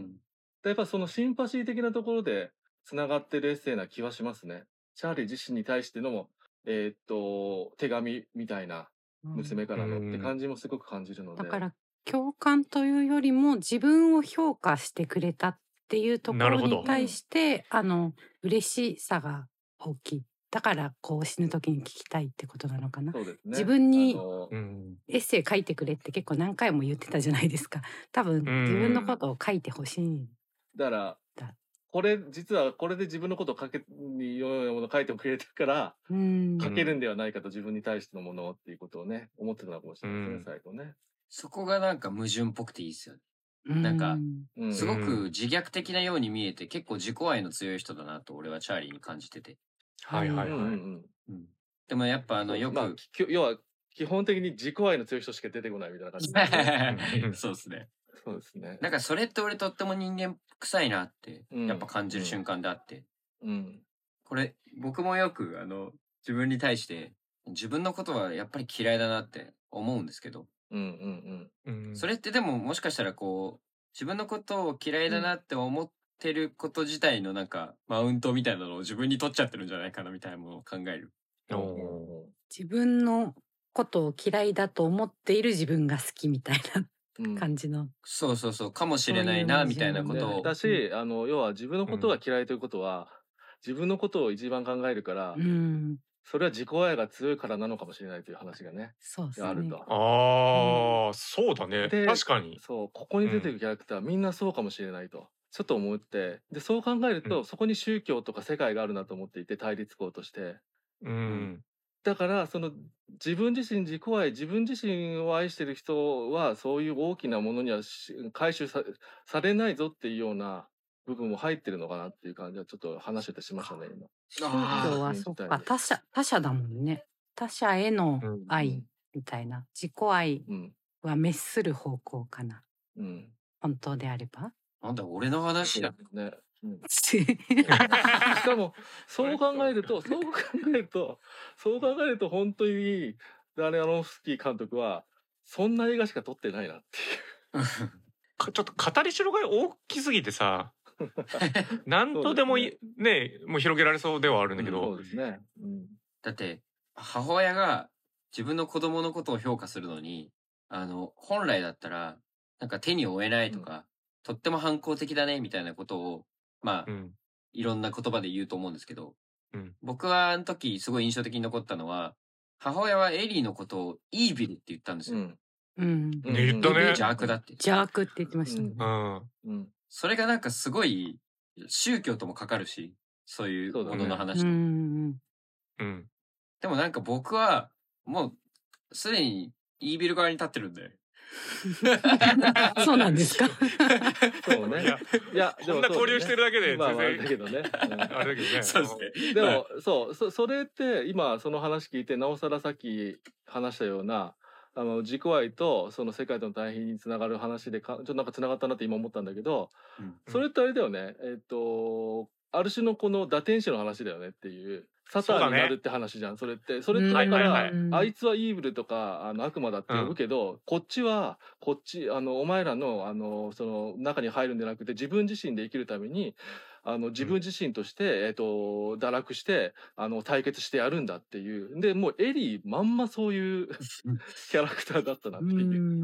でやっぱそのシンパシー的なところでつながってるエッセイな気はしますね。チャーリー自身に対してのもえー、っと手紙みたいな娘からのって感じもすごく感じるので、 だから共感というよりも自分を評価してくれたっていうところに対してあの嬉しさが大きい。だからこう死ぬ時に聞きたいってことなのかな。そうですね、自分にエッセイ書いてくれって結構何回も言ってたじゃないですか。多分自分のことを書いてほしい。 だからこれ実はこれで自分のことを書けにようなものを書いてくれてるから書けるんではないかと自分に対してのものっていうことをね思ってたのかもしれないですね最後ね。 そこがなんか矛盾っぽくていいですよね。なんかすごく自虐的なように見えて結構自己愛の強い人だなと俺はチャーリーに感じてて。 はいはいはい。うんうん、でもやっぱあのよく、まあ、 要は基本的に自己愛の強い人しか出てこないみたいな感じですね。そうですね。 そうですね。 なんかそれって俺とっても人間臭いなってやっぱ感じる瞬間であって、うんうん、これ僕もよくあの自分に対して自分のことはやっぱり嫌いだなって思うんですけど、うんうんうん、それってでももしかしたらこう自分のことを嫌いだなって思ってること自体のなんかマウントみたいなのを自分に取っちゃってるんじゃないかなみたいなものを考える。 自分のことを嫌いだと思っている自分が好きみたいな感じの、うん、 そうそうそうかもしれないなみたいなことをだし、あの要は自分のことが嫌いということは、うん、自分のことを一番考えるから、うん、それは自己愛が強いからなのかもしれないという話がね、 そうですね、 あると。 ああ、うん、そうだね。確かに。 そうここに出てるキャラクター、うん、みんなそうかもしれないとちょっと思って、でそう考えると、うん、そこに宗教とか世界があるなと思っていて対立項として。うん、だからその自分自身自己愛自分自身を愛してる人はそういう大きなものには回収 さ, されないぞっていうような部分も入ってるのかなっていう感じはちょっと話しててしましたね今。 宗教はそっか他者他者だもんね。他者への愛みたいな、うん、自己愛は滅する方向かな。うん、本当であれば。 なんだ俺の話だね。うん、しかもそう考えるとそう考えるとそう考えると本当にダーレン・アロノフスキー監督はそんな映画しか撮ってないなっていうちょっと語りしろが大きすぎてさ何とでもいねもう広げられそうではあるんだけど、 そうですね、うん、 だって母親が自分の子供のことを評価するのにあの本来だったらなんか手に負えないとか、うん、とっても反抗的だねみたいなことをまあ、うん、いろんな言葉で言うと思うんですけど、うん、僕はあの時すごい印象的に残ったのは母親はエリーのことをイービルって言ったんですよ。うんうん、 言ったね。 邪悪だって。 邪悪って言ってましたね。 うんうん、それがなんかすごい宗教ともかかるし、そういうものの話と。 うん、 うん、 でもなんか僕はもうすでにイービル側に立ってるんで。 そうなんですか。 そうね。 いや、こんな交流してるだけで全然だけどね。 あれだけどね。 そうですね。 でもそうそそれって今その話聞いてなおさらさっき話したようなあの自己愛とその世界との対比につながる話でかちょっとなんかつながったなって今思ったんだけど、うん、それってあれだよね。えっとある種のこの堕天使の話だよねっていう。サタンになるって話じゃん そ,、ね、それってそれってだから、はいはいはい、あいつはイーブルとかあの悪魔だって呼ぶけど、うん、こっちはこっちあのお前らのあのその中に入るんじゃなくて自分自身で生きるためにあの自分自身として、うん、えー、と堕落してあの対決してやるんだっていうでもうエリーまんまそういうキャラクターだったなっていう。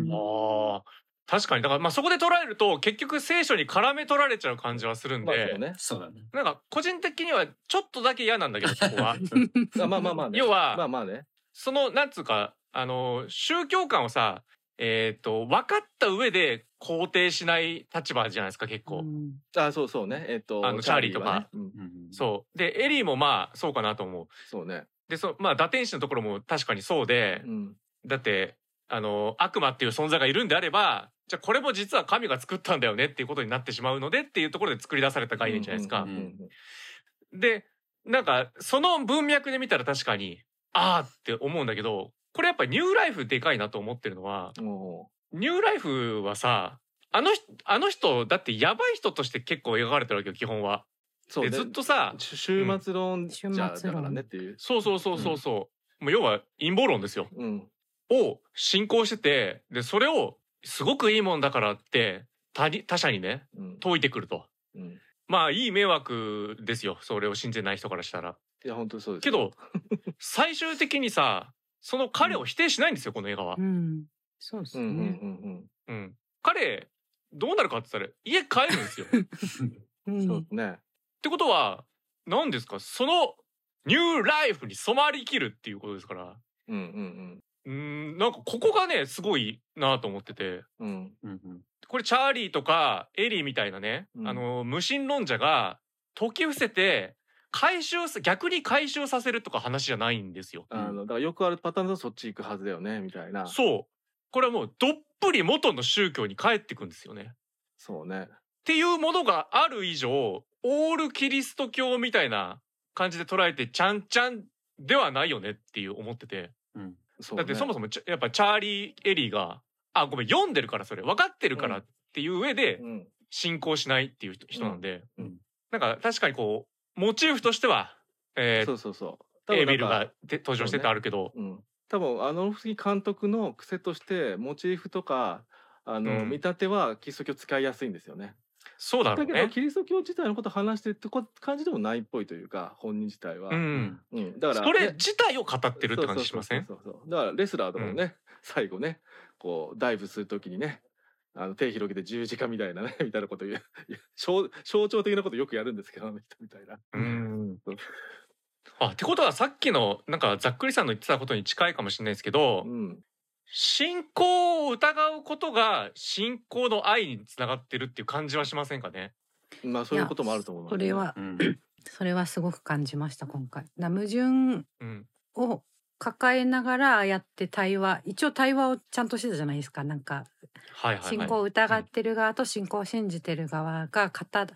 あ確かにだからまあそこで捉えると結局聖書に絡め取られちゃう感じはするんで、 まあそうね、 そうだね。 なんか個人的にはちょっとだけ嫌なんだけどそこはまあまあまあね。 要はまあまあね。 そのなんつうかあの宗教観をさえっと分かった上で肯定しない立場じゃないですか結構。 あそうそうね。えっとあのチャーリーとか、そうでエリーもまあそうかなと思う。 そうね。 でそまあ堕天使のところも確かにそうで、だってあの悪魔っていう存在がいるんであればじゃあこれも実は神が作ったんだよねっていうことになってしまうのでっていうところで作り出された概念じゃないですか。でなんかその文脈で見たら確かにあーって思うんだけどこれやっぱニューライフでかいなと思ってるのはニューライフはさあのあの人だってやばい人として結構描かれてるわけよ基本は。そうでずっとさ終末論じゃだからねっていう。 そうそうそうそうそう、うん、もう要は陰謀論ですよ。うんを信仰しててでそれをすごくいいもんだからって他に他者にね、うん、説いてくると、うん、まあいい迷惑ですよそれを信じない人からしたら。 いや本当にそうですけど最終的にさその彼を否定しないんですよ、うん、この映画は、 うん、そうですね、うんうんうん、彼どうなるかって言ったら家帰るんですよ、 うん、そうね。 ってことは何ですかそのニューライフに染まりきるっていうことですから。うんうんうんうんなんかここがねすごいなと思ってて、うんうん、これチャーリーとかエリーみたいなね、うん、あの無神論者が解き伏せて回収逆に回収させるとか話じゃないんですよ。 あのだからよくあるパターンだとそっち行くはずだよねみたいな。 そうこれはもうどっぷり元の宗教に帰ってくんですよね。 そうねっていうものがある以上オールキリスト教みたいな感じで捉えてちゃんちゃんではないよねっていう思ってて、うんね、だってそもそもやっぱチャーリー・エリーがあごめん読んでるからそれ分かってるからっていう上で信仰しないっていう人なんで、うんうん、なんか確かにこうモチーフとしては、えー、そうそうそうエービルが登場しててあるけど、ねうん、 多分アノノフスキー監督の癖としてモチーフとかあの、うん、見立てはキリスト教使いやすいんですよね。 そうだろうね。 だけどキリスト教自体のことを話してるって感じでもないっぽいというか本人自体は、うんうん、だからそれ自体を語ってるって感じしません？ そうそうそうそうだからレスラーとかもね、うん、最後ねこうダイブする時にねあの手広げて十字架みたいなねみたいなこと言う象徴的なことよくやるんですけどあの人みたいな。うんあってことはさっきのなんかざっくりさんの言ってたことに近いかもしれないですけど、うん、信仰を疑うことが信仰の愛につながってるっていう感じはしませんかね。 まあそういうこともあると思う、ね、 それは、うん、それはすごく感じました今回。矛盾を抱えながらやって対話一応対話をちゃんとしてたじゃないですか。なんか、はいはいはい、信仰を疑ってる側と信仰を信じてる側が語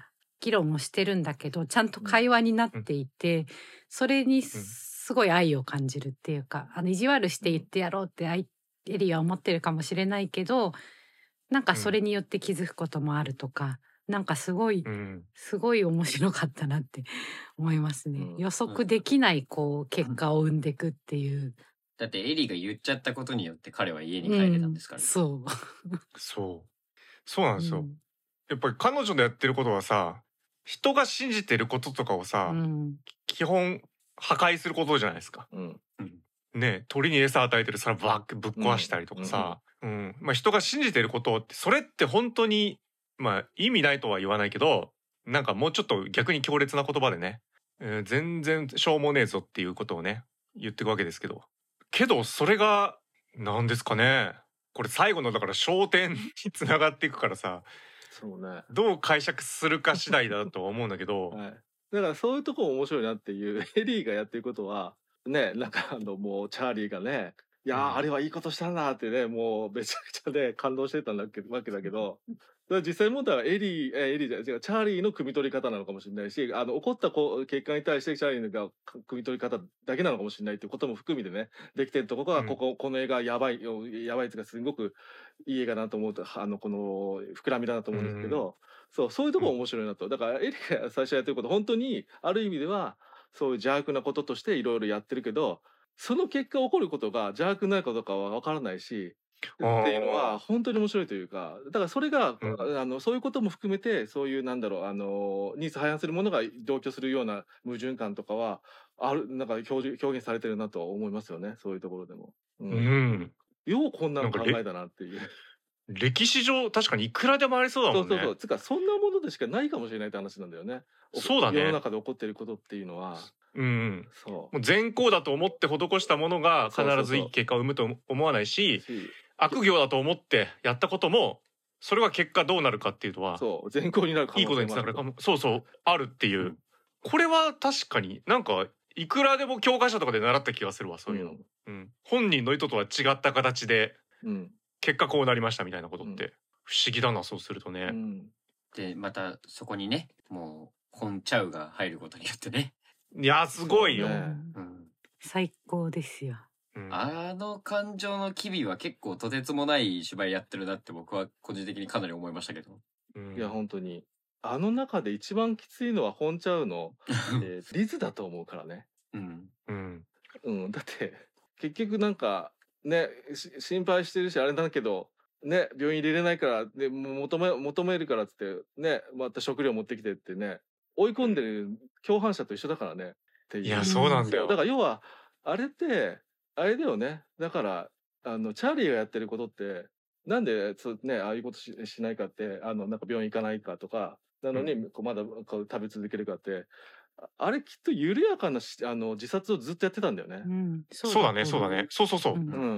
議論をしてるんだけどちゃんと会話になっていて、うん、それにすごい愛を感じるっていうか、あの意地悪して言ってやろうってエリーは思ってるかもしれないけど、なんかそれによって気づくこともあるとか、うん、なんかすごい、うん、すごい面白かったなって思いますね、うん、予測できないこう結果を生んでいくっていう、 だってエリーが言っちゃったことによって彼は家に帰れたんですから、ね、 うん、そうそうそうなんですよ、うん、やっぱり彼女のやってることはさ、人が信じてることとかをさ、うん、基本破壊することじゃないですか、うん、ね、鳥に餌与えてるそれバッぶっ壊したりとかさ、うんうんうん、まあ、人が信じてることってそれって本当にまあ意味ないとは言わないけど、なんかもうちょっと逆に強烈な言葉でね、えー、全然しょうもねえぞっていうことをね言っていくわけですけど、けどそれが何ですかね、これ最後のだから焦点につながっていくからさ、 そうね、どう解釈するか次第だとは思うんだけど、 はい、だからそういうとこも面白いなっていう、エリーがやってることはね、なんかあのもうチャーリーがね、いやー、うん、あれはいいことしたんだってね、もうめちゃくちゃね感動してたんだけわけだけど、だ実際問題はエリー、えエリーじゃ違うチャーリーの汲み取り方なのかもしれないし、あの起こったこう結果に対してチャーリーが汲み取り方だけなのかもしれないっていうことも含みでね、できてるところが、ここ、うん、この映画やばいやばいっていうかすごくいい映画だなと思うと、あのこの膨らみだなと思うんですけど、うん、そうそういうところ面白いなと。だからエリーが最初やってること本当にある意味ではそういう邪悪なこととしていろいろやってるけど、その結果起こることが邪悪なことかは分からないしっていうのは本当に面白いというか、だからそれが、うん、あのそういうことも含めてそういうなんだろう、あのニーズ反映するものが同居するような矛盾感とかはある、なんか表現表現されてるなと思いますよね、そういうところでも。うん、うん、ようこんなの考えたなっていう。 歴史上確かにいくらでもありそうだもんね。 そうそうそう。つかそんなものでしかないかもしれないって話なんだよね。 そうだね。 世の中で起こっていることっていうのは。 うん、うん。そう。もう善行だと思って施したものが必ずいい結果を生むと思わないし、そうそうそう、悪行だと思ってやったこともそれは結果どうなるかっていうのは、 そう善行になる可能性もある。 いいことにつながるかも。そうそうあるっていう。うん、これは確かになんかいくらでも教科書とかで習った気がするわ、そういうの。うんうん、本人の意図とは違った形で。うん、結果こうなりましたみたいなことって不思議だな、そうするとね。うん、 でまたそこにね、もうホンチャウが入ることによってね、 いやすごいよ、ね、 うん、最高ですよ、 うん、あの感情の機微は結構とてつもない芝居やってるなって僕は個人的にかなり思いましたけど、 うん、いや本当にあの中で一番きついのはホンチャウの、えー、リズだと思うからね。うんうんうん、だって結局なんかね、心配してるしあれだけどね、病院入れれないからで求め求めるからっつってね、また食料持ってきてってね、追い込んでる共犯者と一緒だからねっていう。 いやそうなんだよ。 だから要はあれってあれだよね。だからあのチャーリーがやってることってなんでつねああいうこと し, しないかって、あのなんか病院行かないかとかなのに、うん、こうまだこう食べ続けるかって。あれきっと緩やかなあの自殺をずっとやってたんだよね。 うん、そうだねそうだねそうそうそう。うん、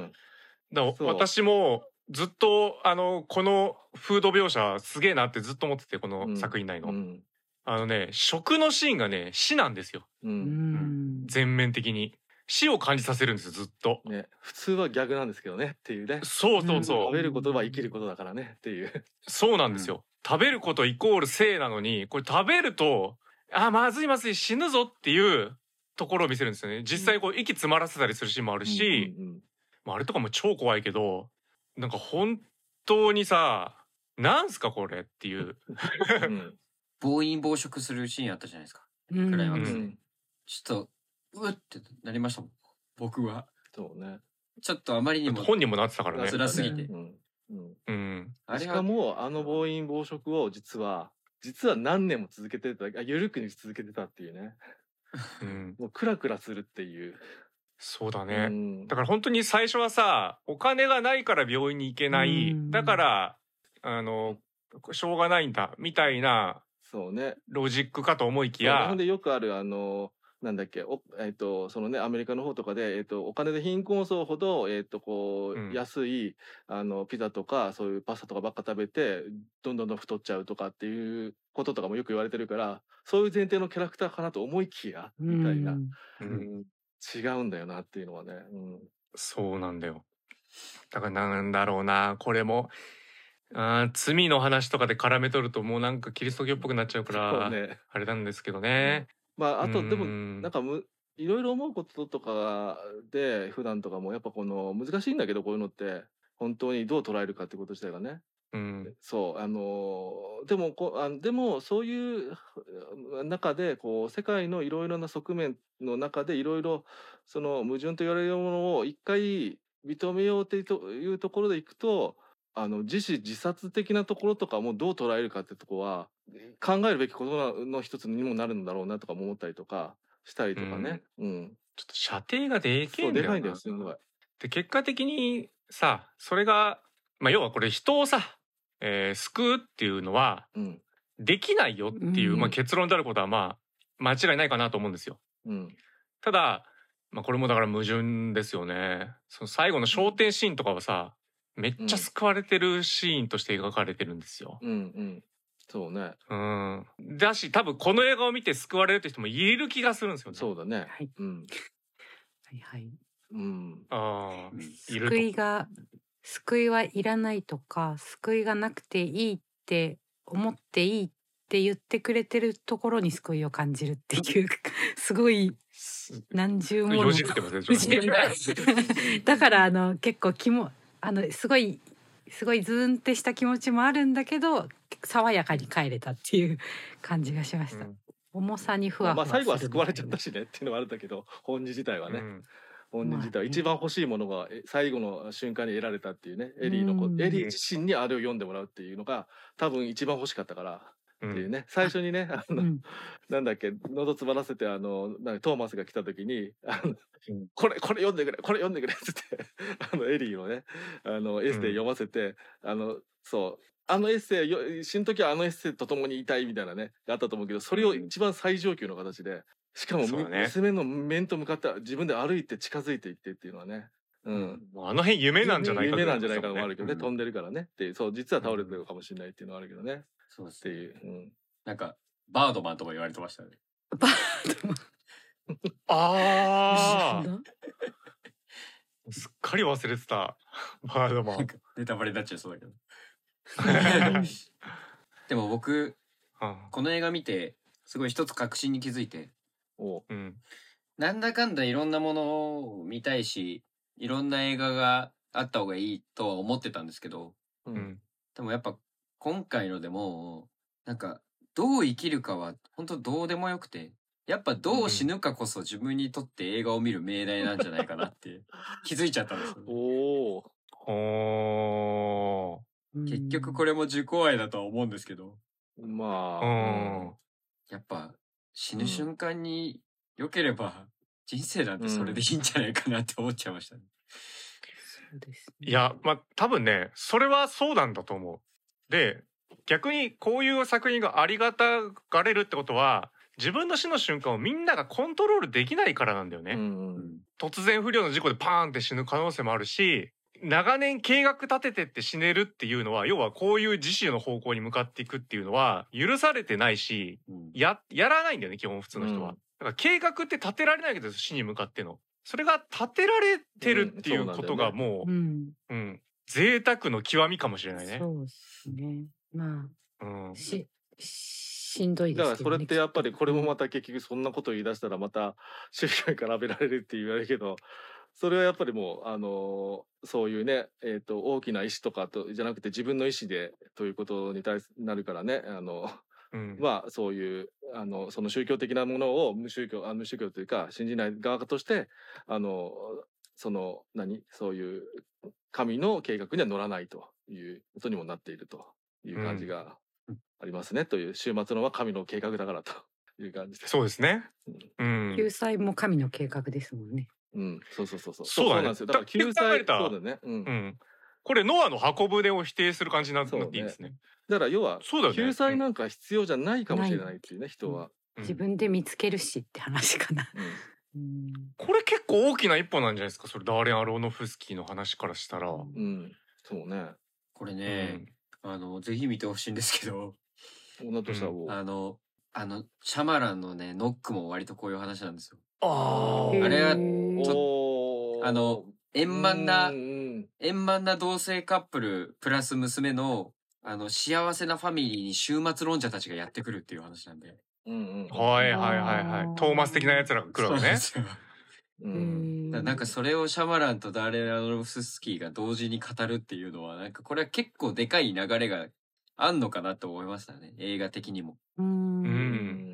だ私もずっとあのこのフード描写すげえなってずっと思ってて、この作品内の、うん、あのね食のシーンがね死なんですよ、うん、全面的に死を感じさせるんですよずっと、 ね、普通は逆なんですけどねっていうね。 そうそうそう、 食べることは生きることだからねっていうそうなんですよ、うん、食べることイコール生なのに、これ食べるとあまずいまずい死ぬぞっていうところを見せるんですよね。実際こう息詰まらせたりするシーンもあるし、うんうんうん、まあ、あれとかも超怖いけど、なんか本当にさなんすかこれっていう、 うん、暴飲暴食するシーンあったじゃないですか、うん、クライマックスで、うん、ちょっとうってなりましたもん僕は。 そうね、 ちょっとあまりにも本人もなってたからね、 辛すぎて、 うんうん、あしかもあの暴飲暴食を実は実は何年も続けてた、あ緩くに続けてたっていうね、うん、もうクラクラするっていう。 そうだね、うん、だから本当に最初はさお金がないから病院に行けない、うん、だからあのしょうがないんだみたいなそうねロジックかと思いきや、 日本でよくあるあのなんだっけお、えー、とそのねアメリカの方とかで、えー、とお金で貧困層ほど、えー、とこう、うん、安いあのピザとかそういうパスタとかばっか食べてどんどんどん太っちゃうとかっていうこととかもよく言われてるから、そういう前提のキャラクターかなと思いきやみたいな、うんうん違うんだよなっていうのはね、うん、 そうなんだよ。だからなんだろうな、これもあ罪の話とかで絡め取るともうなんかキリスト教っぽくなっちゃうから、ね、あれなんですけどね。 うん、まああとでもなんかむいろいろ思うこととかで普段とかもやっぱこの難しいんだけど、こういうのって本当にどう捉えるかってこと自体がね。 うん、 そうあのでもこあでもそういう中でこう世界のいろいろな側面の中でいろいろその矛盾と言われるものを一回認めようというところでいくと、あの自死自殺的なところとかもどう捉えるかってとこは考えるべきことの一つにもなるんだろうなとか思ったりとかしたりとかね。うん、うん、 ちょっと射程がでけえんだよな。そうでかいんだよすごい。で結果的にさ、それがまあ要はこれ人をさ、えー、救うっていうのは、うん、できないよっていう、まあ、結論であることはまあ間違いないかなと思うんですよ。うん、ただ、まあ、これもだから矛盾ですよね。その最後の昇天シーンとかはさ、めっちゃ救われてるシーンとして描かれてるんですよ。 うんうん、そうね。 うん。だし多分この映画を見て救われるって人もいる気がするんですよね。 そうだね。 はい。 うん。 はいはい。 うん。 ああ。 救いが救いはいらないとか、救いがなくていいって思っていいって言ってくれてるところに救いを感じるっていうすごい何重ものだからあの結構気もあのすごいすごいズーンってした気持ちもあるんだけど爽やかに帰れたっていう感じがしました。うん、重さにふわふわするみたいな。 まあ最後は救われちゃったしねっていうのはあるんだけど、本人自体はね。うん、本人自体は一番欲しいものが最後の瞬間に得られたっていうね、エリーの子、エリー自身にあれを読んでもらうっていうのが多分一番欲しかったからっていうね、うん、最初にねあの、うん、なんだっけ喉詰まらせてあのトーマスが来た時にあの、うん、これこれ読んでくれこれ読んでくれっつってあのエリーのねあのエッセイ読ませて、うん、あのそうあのエッセイ死ぬ時はあのエッセイと共にいたいみたいなねがあったと思うけど、それを一番最上級の形で。しかも、ね、娘の面と向かって自分で歩いて近づいていってっていうのはね、うん、 あの辺夢なんじゃないか、 夢なんじゃないかもあるけどね、うん、飛んでるからねってそう実は倒れてるかもしれないっていうのはあるけどね、うん、そうっていう、うん、 なんかバードマンとか言われてましたね。 バードマンああすっかり忘れてたバードマン。 ネタバレになっちゃいそうだけどでも僕、はあ、この映画見てすごい一つ確信に気づいて、お、うん、なんだかんだいろんなものを見たいし、いろんな映画があった方がいいとは思ってたんですけど、うん、でもやっぱ今回のでもなんかどう生きるかは本当どうでもよくて、やっぱどう死ぬかこそ自分にとって映画を見る命題なんじゃないかなって気づいちゃったんですよ、ね。おお。結局これも自己愛だとは思うんですけど、まあ、うん、やっぱ死ぬ瞬間に良ければ人生なんてそれでいいんじゃないかなって思っちゃいましたね。 そうですね。いや、まあ多分ね、それはそうなんだと思う。で、逆にこういう作品がありがたがれるってことは、自分の死の瞬間をみんながコントロールできないからなんだよね。うんうん、突然不慮の事故でパーンって死ぬ可能性もあるし、長年計画立ててって死ねるっていうのは、要はこういう自死の方向に向かっていくっていうのは許されてないし、うん、ややらないんだよね基本普通の人は。うん、だから計画って立てられないけど死に向かってのそれが立てられてるっていうことがもう、うん、うん、贅沢の極みかもしれないね。 そうですね。まあ、うん、ししんどいですけどね。 だからそれってやっぱりこれもまた結局そんなことを言い出したらまた宗教に絡められるって言われるけど。それはやっぱりもう、あのー、そういうね、えーと、大きな意思とかとじゃなくて自分の意思でということに対すなるからね、あの、うん、まあそういうあのその宗教的なものを無宗教あ無宗教というか信じない側としてあのその何そういう神の計画には乗らないということにもなっているという感じがありますね、うん、という終末論は神の計画だからという感じで。 そうですね。 うん、救済も神の計画ですもんね。 うん、そうそうそうそう。 そうなんですよ。だから救済そうだね。 うん。これノアの箱舟を否定する感じになっていいんですね。 だから要は救済なんか必要じゃないかもしれないっていうね、人は。 自分で見つけるしって話かな。 これ結構大きな一歩なんじゃないですか。それダーレン・アロノフスキーの話からしたら。うん。 そうね。 これね、あのぜひ見てほしいんですけど。 女としたあのあのシャマランのねノックも割とこういう話なんですよ。 ああれはあの円満な円満な同性カップルプラス娘のあの幸せなファミリーに終末論者たちがやってくるっていう話なんで。 うんうん、はいはいはいはい。トーマス的なやつらが来るわね。 うん、だなんかそれをシャマランとダーレン・アロフスキーが同時に語るっていうのはなんかこれは結構でかい流れがあんのかなと思いましたね、映画的にも。 うん、 うん、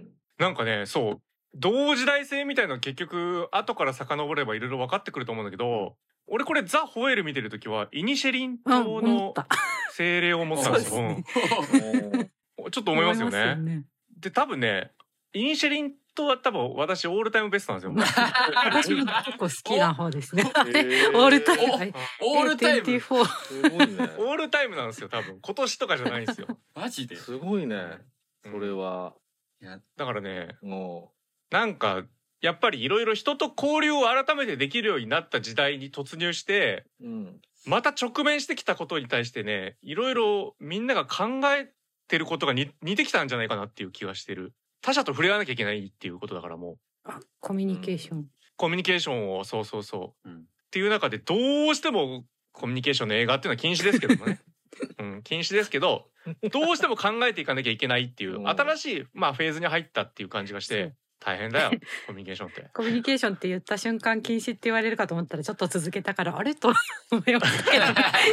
なんかね、そう同時代性みたいなの結局後から遡ればいろいろ分かってくると思うんだけど、俺これザ・ホエール見てる時はイニシェリン島の精霊を持ったんですよ。ちょっと思いますよね。ねで多分ねイニシェリン島は多分私オールタイムベストなんですよ。 私も結構好きな方ですね。オールタイム。 オールタイム。 すごいね。オールタイムなんですよ多分。今年とかじゃないんですよ。 マジで。 すごいね。それは。 いやだからね。もうなんかやっぱりいろいろ人と交流を改めてできるようになった時代に突入して、うん、また直面してきたことに対してね、いろいろみんなが考えてることがに似てきたんじゃないかなっていう気がしてる。他者と触れ合わなきゃいけないっていうことだからもう。 あ、コミュニケーション。うん、 コミュニケーションをそうそうそう、うん、っていう中でどうしてもコミュニケーションの映画っていうのは禁止ですけどもね。うん、禁止ですけどどうしても考えていかなきゃいけないっていう新しい、まあ、フェーズに入ったっていう感じがして。大変だよコミュニケーションって。 コミュニケーションって言った瞬間禁止って言われるかと思ったらちょっと続けたからあれと思いましたけど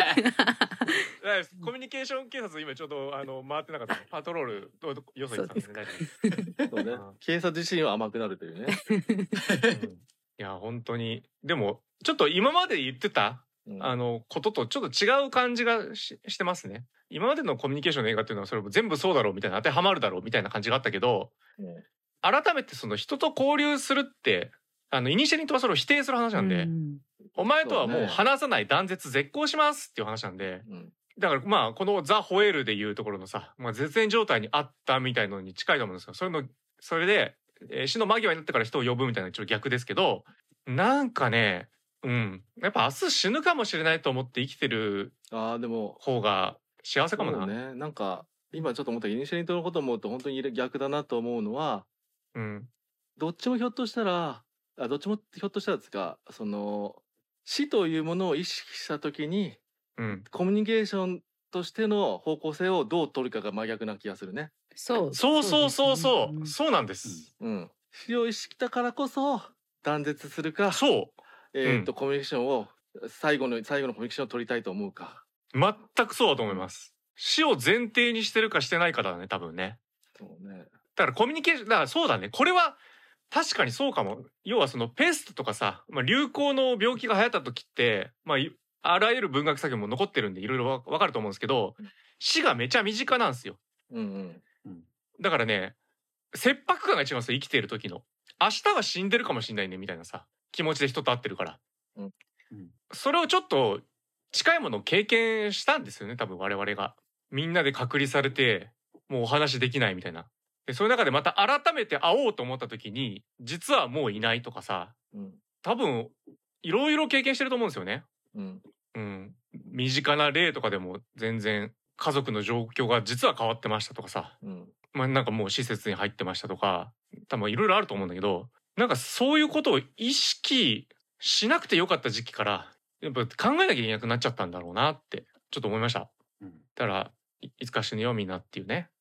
コミュニケーション警察今ちょうどあの回ってなかったパトロールどうよそ行ってたんですね。 そうね。警察自身は甘くなるというね。 うん、いや本当にでもちょっと今まで言ってた、うん、あのこととちょっと違う感じが し, してますね。今までのコミュニケーションの映画っていうのはそれも全部そうだろうみたいな当てはまるだろうみたいな感じがあったけど、うん改めてその人と交流するってあのイニシェリンとはそれを否定する話なんで、うん、お前とはもう話さない、断絶絶交しますっていう話なんで、うん、だからまあこのザ・ホエールでいうところのさ、まあ、絶縁状態にあったみたいのに近いと思うんですよ。それのそれで、えー、死の間際になってから人を呼ぶみたいなちょっと逆ですけど、なんかね、うん、やっぱ明日死ぬかもしれないと思って生きてる方が幸せかもな。 そうね、なんか今ちょっと思ったイニシェリンのことを思うと本当に逆だなと思うのは、うん、どっちもひょっとしたらあどっちもひょっとしたらですか、その死というものを意識した時に、うん、コミュニケーションとしての方向性をどう取るかが真逆な気がするね。 そうそうそうそうそう、うん、そうなんです、 うん、死を意識したからこそ断絶するか、 そう、 えー、っと、うん、コミュニケーションを最後の最後のコミュニケーションを取りたいと思うか。 全くそうだと思います。死を前提にしてるかしてないかだね多分ね。 そうね。 だからコミュニケーションだからそうだね、これは確かにそうかも。要はそのペストとかさ、まあ、流行の病気が流行った時って、まあ、あらゆる文学作品も残ってるんでいろいろわかると思うんですけど、死がめちゃ身近なんですよ。うんうん、だからね切迫感が違うんですよ生きている時の。明日は死んでるかもしんないねみたいなさ気持ちで人と会ってるから、うん、それをちょっと近いものを経験したんですよね多分我々が。みんなで隔離されてもうお話できないみたいな。でそういう中でまた改めて会おうと思った時に実はもういないとかさ、うん、多分いろいろ経験してると思うんですよね。うんうん、身近な例とかでも全然家族の状況が実は変わってましたとかさ、うん、まあなんかもう施設に入ってましたとか多分いろいろあると思うんだけど、なんかそういうことを意識しなくてよかった時期からやっぱ考えなきゃいけなくなっちゃったんだろうなってちょっと思いました。うん、だからいつか死ぬよみんなっていうね。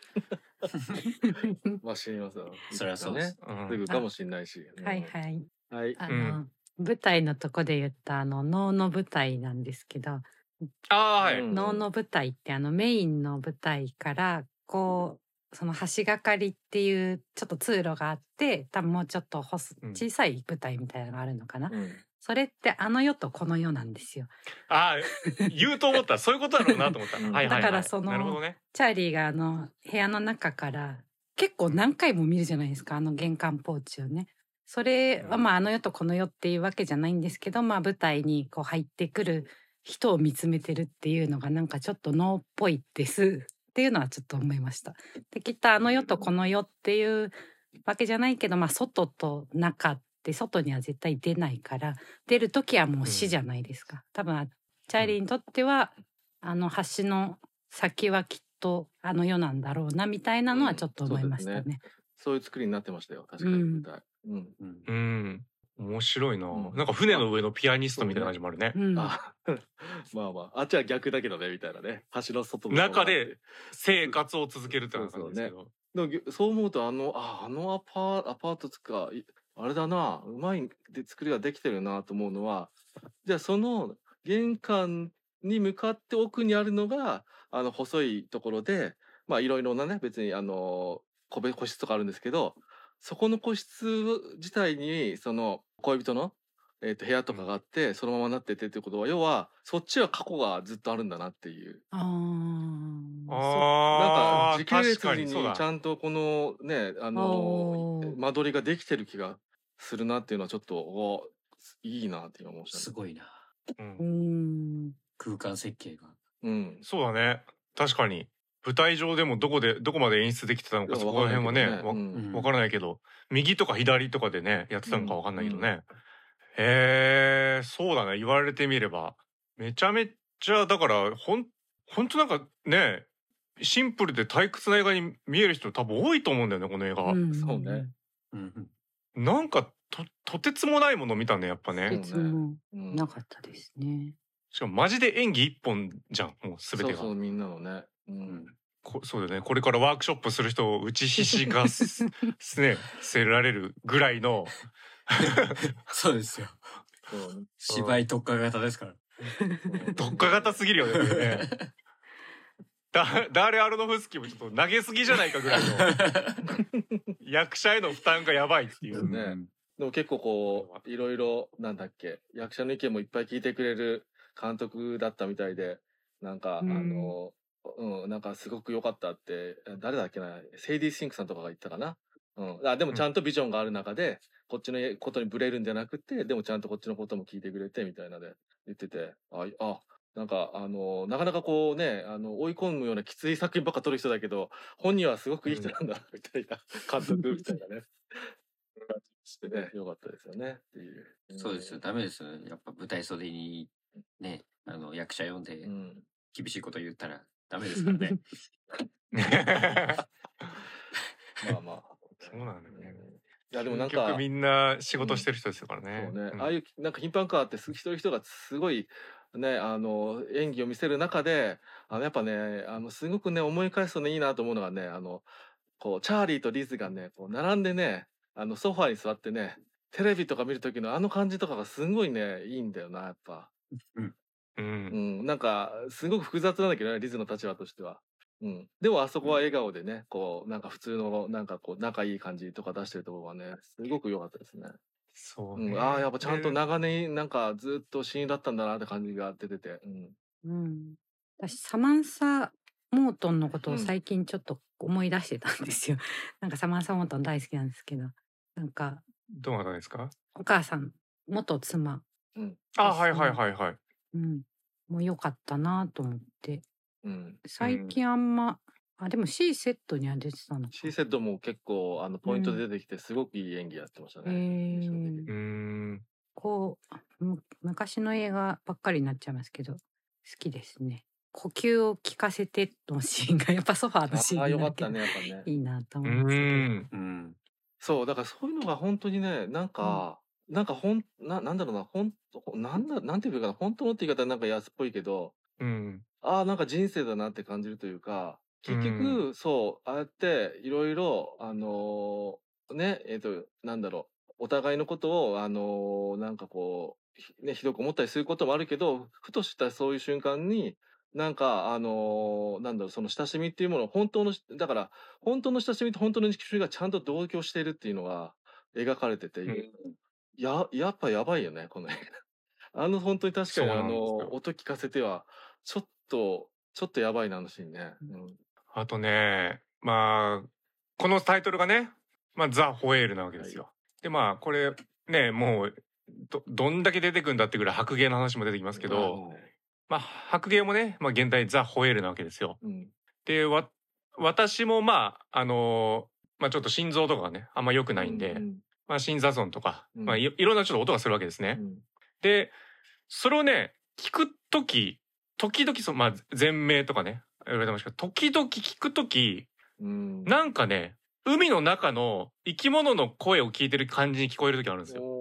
まあ死にますよ。 そりゃそうです。 すぐかもしれないし。 はいはい。 はい。 あの舞台のとこで言ったあの能の舞台なんですけど、 あはい。 能の舞台ってあのメインの舞台からこうその橋がかりっていうちょっと通路があって多分もうちょっと小さい舞台みたいなのがあるのかな。うんそれってあの世とこの世なんですよ。 ああ、言うと思った。そういうことだろうなと思った。はいはいはい。 だからその、なるほどね、チャーリーがあの部屋の中から結構何回も見るじゃないですか、あの玄関ポーチをね。それはまああの世とこの世っていうわけじゃないんですけど、まあ舞台にこう入ってくる人を見つめてるっていうのがなんかちょっと能っぽいですっていうのはちょっと思いました。できっとあの世とこの世っていうわけじゃないけど、まあ外と中で外には絶対出ないから出る時はもう死じゃないですか、うん、多分チャーリーにとってはあの橋の先はきっとあの世なんだろうなみたいなのはちょっと思いましたね、うん、そうですね。 そういう作りになってましたよ確かに、うんうんうん、 面白いな、 うんなんか船の上のピアニストみたいな感じもあるね。 うん、 あまあまああっちは逆だけどねみたいなね、橋の外の方が中で生活を続けるって感じですけど。 でもそう思うとあのああのアパアパートつかいあれだな、うまいで作りができてるなと思うのは、じゃあその玄関に向かって奥にあるのがあの細いところで、まあいろいろなね別にあの個別個室とかあるんですけど、そこの個室自体にその恋人の、えー、と部屋とかがあって、そのままなっててっていうことは、要はそっちは過去がずっとあるんだなっていう。 あーあーなんか時系確か列にそうだにちゃんとこのねあのあー間取りができてる気がするなっていうのはちょっとおいいなって今思いましたね。 すごいな。 うんうん空間設計が。 うん。 そうだね、確かに舞台上でもどこでどこまで演出できてたのか、そこら辺はねわ、 うんわからないけど、右とか左とかでねやってたのかわかんないけどね、へえそうだね、言われてみればめちゃめちゃだからほんほんとなんかねシンプルで退屈な映画に見える人多分多いと思うんだよねこの映画、 うんそうね。 うんなんかととてつもないもの見たねやっぱね、 別もうんなかったですね。 しかもマジで演技一本じゃんもう全てが。 そうそうみんなのね。うん。 こそうだよね、これからワークショップする人を打ちひしがすねせられるぐらいのそうですよ。 そうね。 芝居特化型ですから。 特化型すぎるよねこれね。だダーレ・アロノフスキーもちょっと投げすぎじゃないかぐらいの役者への負担がやばいっていう。 そうねでも結構こういろいろなんだっけ、役者の意見もいっぱい聞いてくれる監督だったみたいで、なんか、 うんあのうんなんかすごく良かったって誰だっけな、セイディ・シンクさんとかが言ったかな。うん、あでもちゃんとビジョンがある中で、こっちのことにブレるんじゃなくて、でもちゃんとこっちのことも聞いてくれてみたいなで言ってて、ああなんかあのなかなかこうねあの追い込むようなきつい作品ばっか撮る人だけど、本人はすごくいい人なんだみたいな、監督みたいなね。してね、よかったですよねっていう。 そうですよ。ダメですよ。やっぱ舞台袖にね、あの役者読んでうん。 厳しいこと言ったらダメですからね。 まあまあ。 そうなんだよね。 いやでもなん結局か、 みんな仕事してる人ですよからそね。 うね、 うんああいうなんか頻繁感あってす一人一人がすごいねあの演技を見せる中で、あのやっぱねあのすごくね思い返すとねいいなと思うのがね、あのこうチャーリーとリズがねこう並んでねあのソファーに座ってねテレビとか見る時のあの感じとかがすごいねいいんだよなやっぱ。 うんうん、なんかすごく複雑なんだけどねリズの立場としては。うん、でもあそこは笑顔でねこうなんか普通のなんかこう仲いい感じとか出してるところはねすごく良かったですね。 そうね、 うん、ああやっぱちゃんとで長年なんかずっと親友だったんだなって感じが出てて、うん、 うん、私サマンサ・モートンのことを最近ちょっと思い出してたんですよ。なんかサマンサ・モートン大好きなんですけど、なんかどうなったんですか？ お母さん元妻、 あ、はいはいはいはい。 うん、もう良かったなと思って、 うん、 最近あんま、あでも C セットには出てたのか。 C セットも結構あのポイントで出てきてすごくいい演技やってましたね。 へー印象的にうーん。 こうむ昔の映画ばっかりになっちゃいますけど好きですね。呼吸を聞かせてのシーンがやっぱソファーのシーンああよになるけどかったねやっぱね。 いいなとう思いますけど。 ーん。 うん。 そうだからそういうのが本当にねなんか、なんかほんななんだろうなほんなんだなんていうかな本当のって言い方はなんか安っぽいけど、 うん。 ああなんか人生だなって感じるというか、結局、そうああやっていろいろあのーねえっ、となんだろうお互いのことをあのーなんかこうひねひどく思ったりすることもあるけど、ふとしたそういう瞬間になんかあのーなんだろうその親しみっていうものを本当のだから本当の親しみと本当の親しみがちゃんと同居しているっていうのが描かれてて、 うんややっぱやばいよねこの映画。あの本当に確かにあそうなんですよの音聞かせてはちょっとちょっとやばいなあのシーンね。うんあとね、まあこのタイトルがね、まあザ・ホエールなわけですよ。でまあこれねもうどどんだけ出てくんだってぐらい白芸の話も出てきますけど、まあ白芸もね、まあ現代ザ・ホエールなわけですよ。 うんでわ私もまああのまあちょっと心臓とかがねあんま良くないんで、 うんまあ心雑音とか、 うんまあいいろんなちょっと音がするわけですね。 うんでそれをね聞くとき時々そまあ全名とかね言われてましたけど、時々聞くときうんなんかね海の中の生き物の声を聞いてる感じに聞こえる時あるんですよ。 お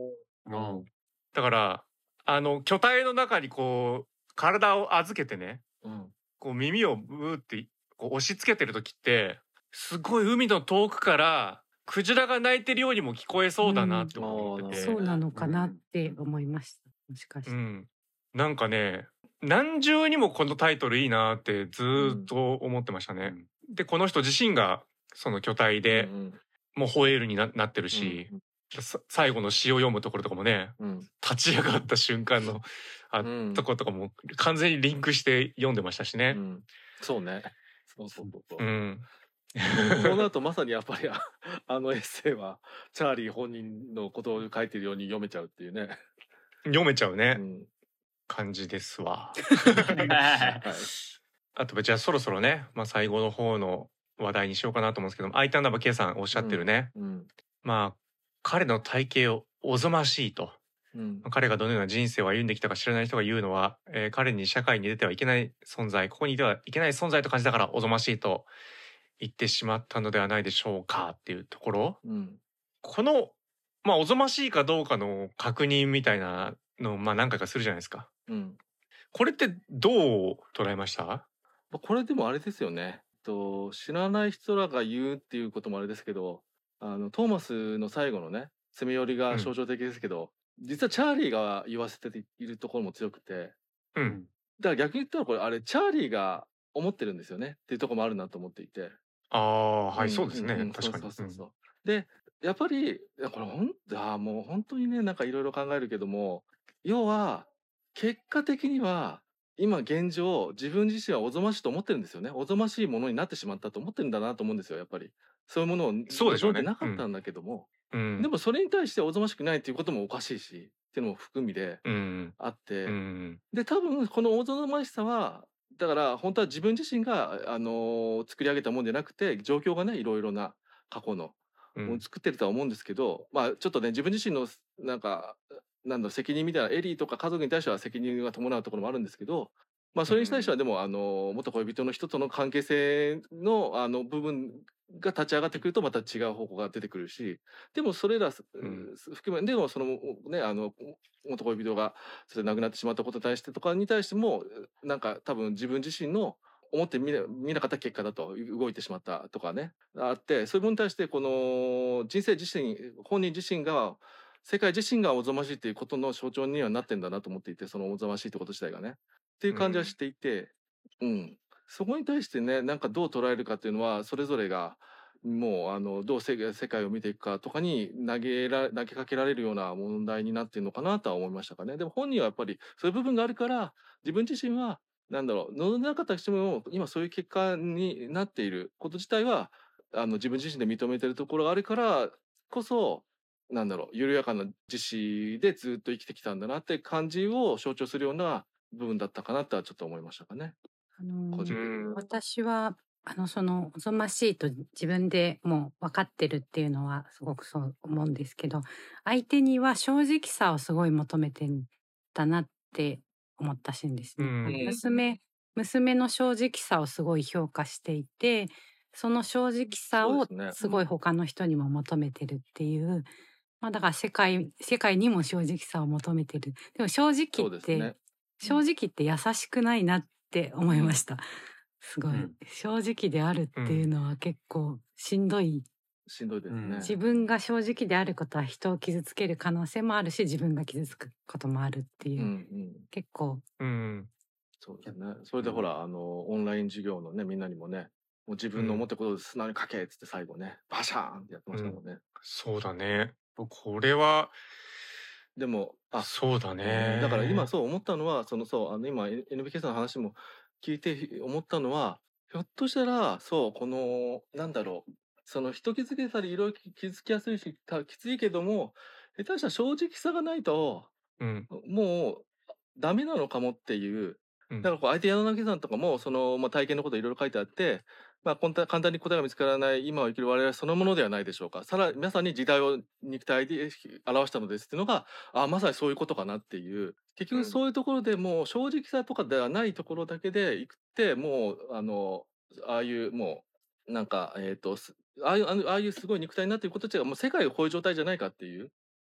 うん。 だからあの巨体の中にこう体を預けてね、 うん。 こう耳をブーってこう押し付けてる時ってすごい海の遠くからクジラが鳴いてるようにも聞こえそうだなって思ってて、 そうなのかなって思いました。もしかして。 うん、なんかね何重にもこのタイトルいいなってずーっと思ってましたね。でこの人自身がその巨体で、 うんうんもうホエールにななってるし、 うんさ最後の詩を読むところとかもね、 うん立ち上がった瞬間のあうんとことかも完全にリンクして読んでましたしね。 うんそうね。そうそうそうそう。 うん、 そうなるとまさにやっぱりああのエッセイはチャーリー本人のことを書いてるように読めちゃうっていうね。 読めちゃうね、 うん感じですわ。 はいあとじゃあそろそろね、まあ、最後の方の話題にしようかなと思うんですけども、アイタンナバ K さんおっしゃってるね、 うんまあ彼の体型をおぞましいと、 うん彼がどのような人生を歩んできたか知らない人が言うのは、えー彼に社会に出てはいけない存在、ここにいてはいけない存在と感じたからおぞましいと言ってしまったのではないでしょうかっていうところ、 うんこのまあおぞましいかどうかの確認みたいなのをまあ何回かするじゃないですか。 うんこれってどう捉えました？ まあこれでもあれですよね。と知らない人らが言うっていうこともあれですけど、あのトーマスの最後のね詰め寄りが象徴的ですけど、実はチャーリーが言わせているところも強くて、 うんだから逆に言ったらこれあれチャーリーが思ってるんですよねっていうところもあるなと思っていて。 ああはい、 うんそうですね、 うんうん確かに。 そうそうそうそうでやっぱりいやこれほんあーもう本当にねなんかいろいろ考えるけども、要は結果的には今現状自分自身はおぞましいと思ってるんですよね。おぞましいものになってしまったと思ってるんだなと思うんですよやっぱり。そういうものをそうでしょうね望んでなかったんだけども、 うんでもそれに対しておぞましくないっていうこともおかしいしっていうのも含みでうんあって、 うんで多分このおぞましさはだから本当は自分自身が、あのー作り上げたもんじゃなくて状況がねいろいろな過去のうんもの作ってるとは思うんですけど、まあちょっとね自分自身のなんかなんだろう責任みたいなエリーとか家族に対しては責任が伴うところもあるんですけど、まあそれに対してはでも、あの元恋人の人との関係性のあの部分が立ち上がってくるとまた違う方向が出てくるし、でもそれら、 ん含めでもそのねあの元恋人がそれで亡くなってしまったことに対してとかに対してもなんか多分自分自身の思って見な見なかった結果だと動いてしまったとかねあって、そういうものに対してこの人生自身本人自身が世界自身がおぞましいっていうことの象徴にはなってんだなと思っていて、そのおぞましいってこと自体がねっていう感じはしていて、うん、そこに対してねなんかどう捉えるかっていうのはそれぞれがもうあのどう世世界を見ていくかとかに投げら投げかけられるような問題になっているのかなとは思いましたかね。でも本人はやっぱりそういう部分があるから自分自身はなんだろう望んでなかった人も今そういう結果になっていること自体はあの自分自身で認めてるところがあるからこそなんだろう緩やかな自死でずっと生きてきたんだなって感じを象徴するような部分だったかなとはちょっと思いましたかね。 あの個人的にうん私はあのそのおぞましいと自分でもう分かってるっていうのはすごくそう思うんですけど、相手には正直さをすごい求めてんだなって思ったシーンですね。 うんあの娘娘の正直さをすごい評価していて、その正直さをそうですねすごい他の人にも求めてるっていう、まあだから世界世界にも正直さを求めてる。でも正そ直って、 うですね。 正直って優しくないなって思いました。すごい、 うん正直であるっていうのは結構しんどい。 しんどいですね。 うん自分が正直であることは人を傷つける可能性もあるし、自分が傷つくこともあるっていう、 うんうん結構うんそうですね。それでほら、あの、オンライン授業のね、みんなにもね、もう自分の思ったことを素直に書けっつって最後ね、バシャーンってやってましたもんね。 そうだね。これはでも、あ、 そうだね。 だから今そう思ったのは、そのそう、あの今 エヌビーケー さんの話も聞いて思ったのは、ひょっとしたら、そう、この、なんだろう、その人気づけたりいろいろ気づきやすいし、たきついけども、下手したら正直さがないと、 うんもうダメなのかもっていう。 うんだからこう相手柳さんとかもその、まあ、体験のこといろいろ書いてあって、まあ、こんな簡単に答えが見つからない今を生きる我々そのものではないでしょうか。さら皆さんに時代を肉体で表したのですっていうのがあまさにそういうことかなっていう結局そういうところでもう正直さとかではないところだけでいくってもうあのああいうもうなんかえっ、とすああいうあのああいうすごい肉体になっていること自体がもう世界がこういう状態じゃないかっていう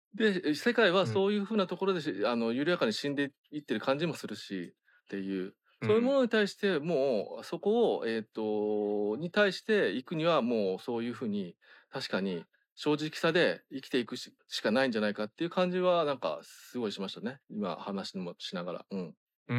で世界はそういうふうなところでし、うん、あの緩やかに死んでいってる感じもするしっていう、そういうものに対してもうそこを、えー、とに対していくにはもうそういうふうに確かに正直さで生きていく し, しかないんじゃないかっていう感じはなんかすごいしましたね、今話もしながら。うん、 うん、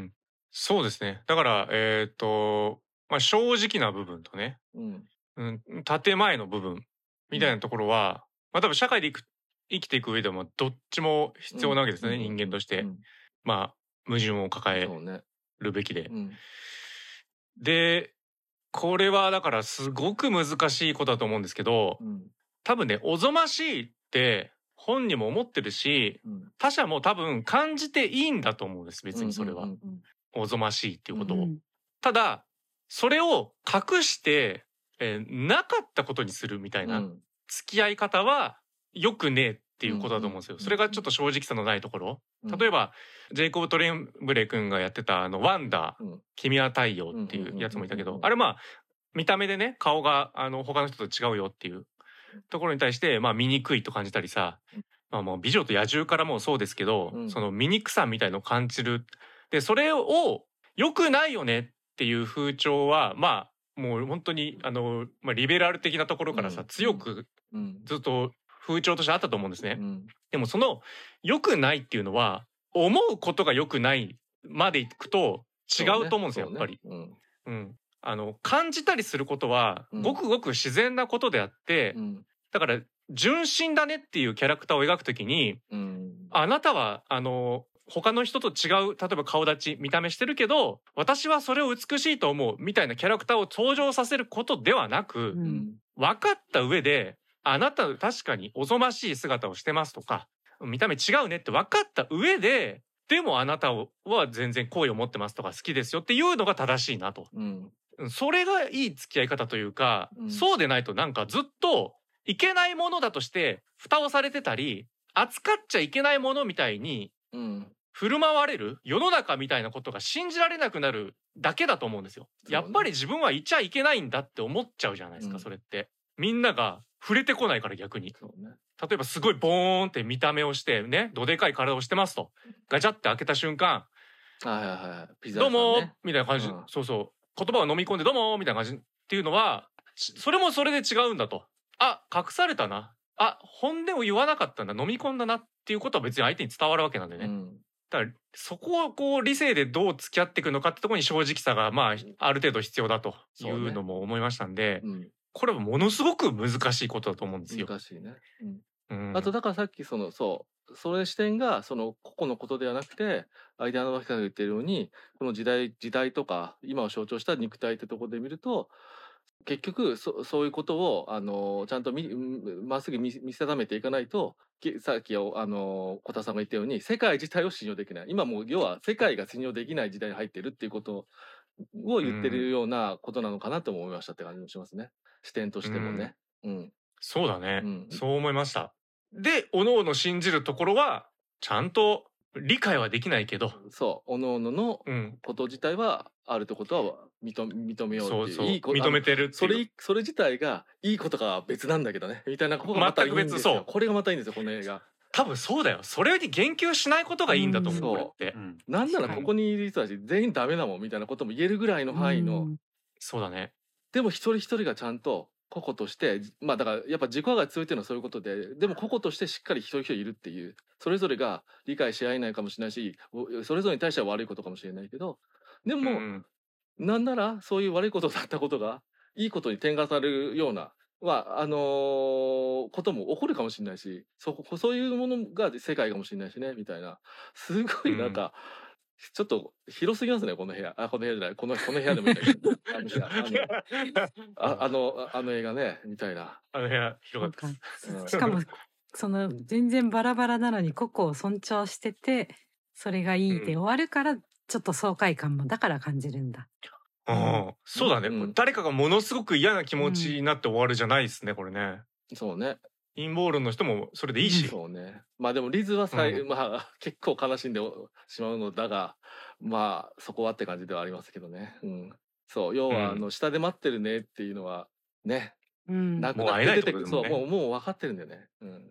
そうですね。だからえっ、ー、と、まあ、正直な部分とね、うんうん、建前の部分みたいなところは、うん、まあ多分社会でいく生きていく上でもどっちも必要なわけですね、うん、人間として、うん、まあ矛盾を抱えるべきで、うん、でこれはだからすごく難しいことだと思うんですけど、うん、多分ねおぞましいって本人も思ってるし、うん、他者も多分感じていいんだと思うんです、別にそれは、うんうんうん、おぞましいっていうことを、うん、ただそれを隠して、えー、なかったことにするみたいな付き合い方はよくねえっていうことだと思うんですよ、うんうん、それがちょっと正直さのないところ、うん、例えばジェイコブ・トレンブレ君がやってたあのワンダー、うん、君は太陽っていうやつもいたけど、あれまあ見た目でね顔があの他の人と違うよっていうところに対してまあ醜いと感じたりさ、まあ、もう美女と野獣からもそうですけど、うん、その醜さみたいのを感じる。でそれを良くないよねっていう風潮はまあもう本当にあの、まあ、リベラル的なところからさ、うん、強くずっと風潮としてあったと思うんですね、うん、でもその良くないっていうのは思うことが良くないまでいくと違うと思うんですよ、ね、やっぱり、うんうん、あの感じたりすることはごくごく自然なことであって、うん、だから純真だねっていうキャラクターを描くときに、うん、あなたはあの他の人と違う例えば顔立ち見た目してるけど私はそれを美しいと思うみたいなキャラクターを登場させることではなく、うん、分かった上であなた確かにおぞましい姿をしてますとか見た目違うねって分かった上ででもあなたは全然好意を持ってますとか好きですよっていうのが正しいなと、うん、それがいい付き合い方というか、うん、そうでないとなんかずっといけないものだとして蓋をされてたり扱っちゃいけないものみたいに振る舞われる世の中みたいなことが信じられなくなるだけだと思うんですよ、ね、やっぱり自分はいちゃいけないんだって思っちゃうじゃないですか、うん、それってみんなが触れてこないから逆に、ね、例えばすごいボーンって見た目をしてねどでかい体をしてますとガチャって開けた瞬間はいはいはい、ピザ屋さんね、どうもみたいな感じ、うん、そうそう言葉を飲み込んでどうもみたいな感じっていうのはそれもそれで違うんだと、あ隠されたな、あ本音を言わなかったんだ飲み込んだなっていうことは別に相手に伝わるわけなんでね、うん、だからそこをこう理性でどう付き合っていくのかってところに正直さがまあある程度必要だというのも思いましたんで、うん、これはものすごく難しいことだと思うんですよ。 難しいね、うんうん、あとだからさっきそのそうそれ視点がその個々のことではなくてアイデアの脇から言ってるようにこの時代時代とか今を象徴した肉体ってところで見ると結局 そ, そういうことをあのちゃんとみまっすぐ 見, 見定めていかないとさっきあの小田さんが言ったように世界自体を信用できない、今もう要は世界が信用できない時代に入ってるっていうことを言ってるようなことなのかなと思いましたって感じもしますね、視点としてもね、うん、うん、 そうだね、うん、そう思いました。でおのおの信じるところはちゃんと理解はできないけどそうおのおののこと自体はあるってことは認, 認めようっていう、 そうそういい認めてるっていうそれそれ自体がいいことが別なんだけどねみたいなことがまたいいんですよ。全く別、そうこれがまたいいんですよこの映画。 多分そうだよ、それに言及しないことがいいんだと思う、これって、うん、 なんならここにいる人たち全員ダメだもんみたいなことも言えるぐらいの範囲の、うん、 そうだね。 でも一人一人がちゃんと個々としてまあだからやっぱ自己が強いっていうのはそういうことで、でも個々としてしっかり一人一人いるっていう、それぞれが理解し合えないかもしれないしそれぞれに対しては悪いことかもしれないけど、でも、うん、なんならそういう悪いことだったことがいいことに転換されるようなはあのー、ことも起こるかもしれないし、そそういうものが世界かもしれないしねみたいな、すごいなんか、うん、ちょっと広すぎますねこの部屋。あこの部屋じゃないこのこの部屋でもいいんだけどあの部屋ああのあの映画ねみたいな、 あの部屋広かった、 うん、しかもその全然バラバラなのに個々を尊重しててそれがいいで終わるから、うん、ちょっと爽快感もだから感じるんだ。 うん、そうだね、うん、誰かがものすごく嫌な気持ちになって終わるじゃないですね、うん、これね。 そうね、 陰謀論の人もそれでいいし、 そうね、まあでもリズはさ、うん、まあ結構悲しんでしまうのだがまあそこはって感じではありますけどね、うん、そう要はあの下で待ってるねっていうのはね、 うん、 なくなって出てくる、そうもうもう分かってるんだよね、うん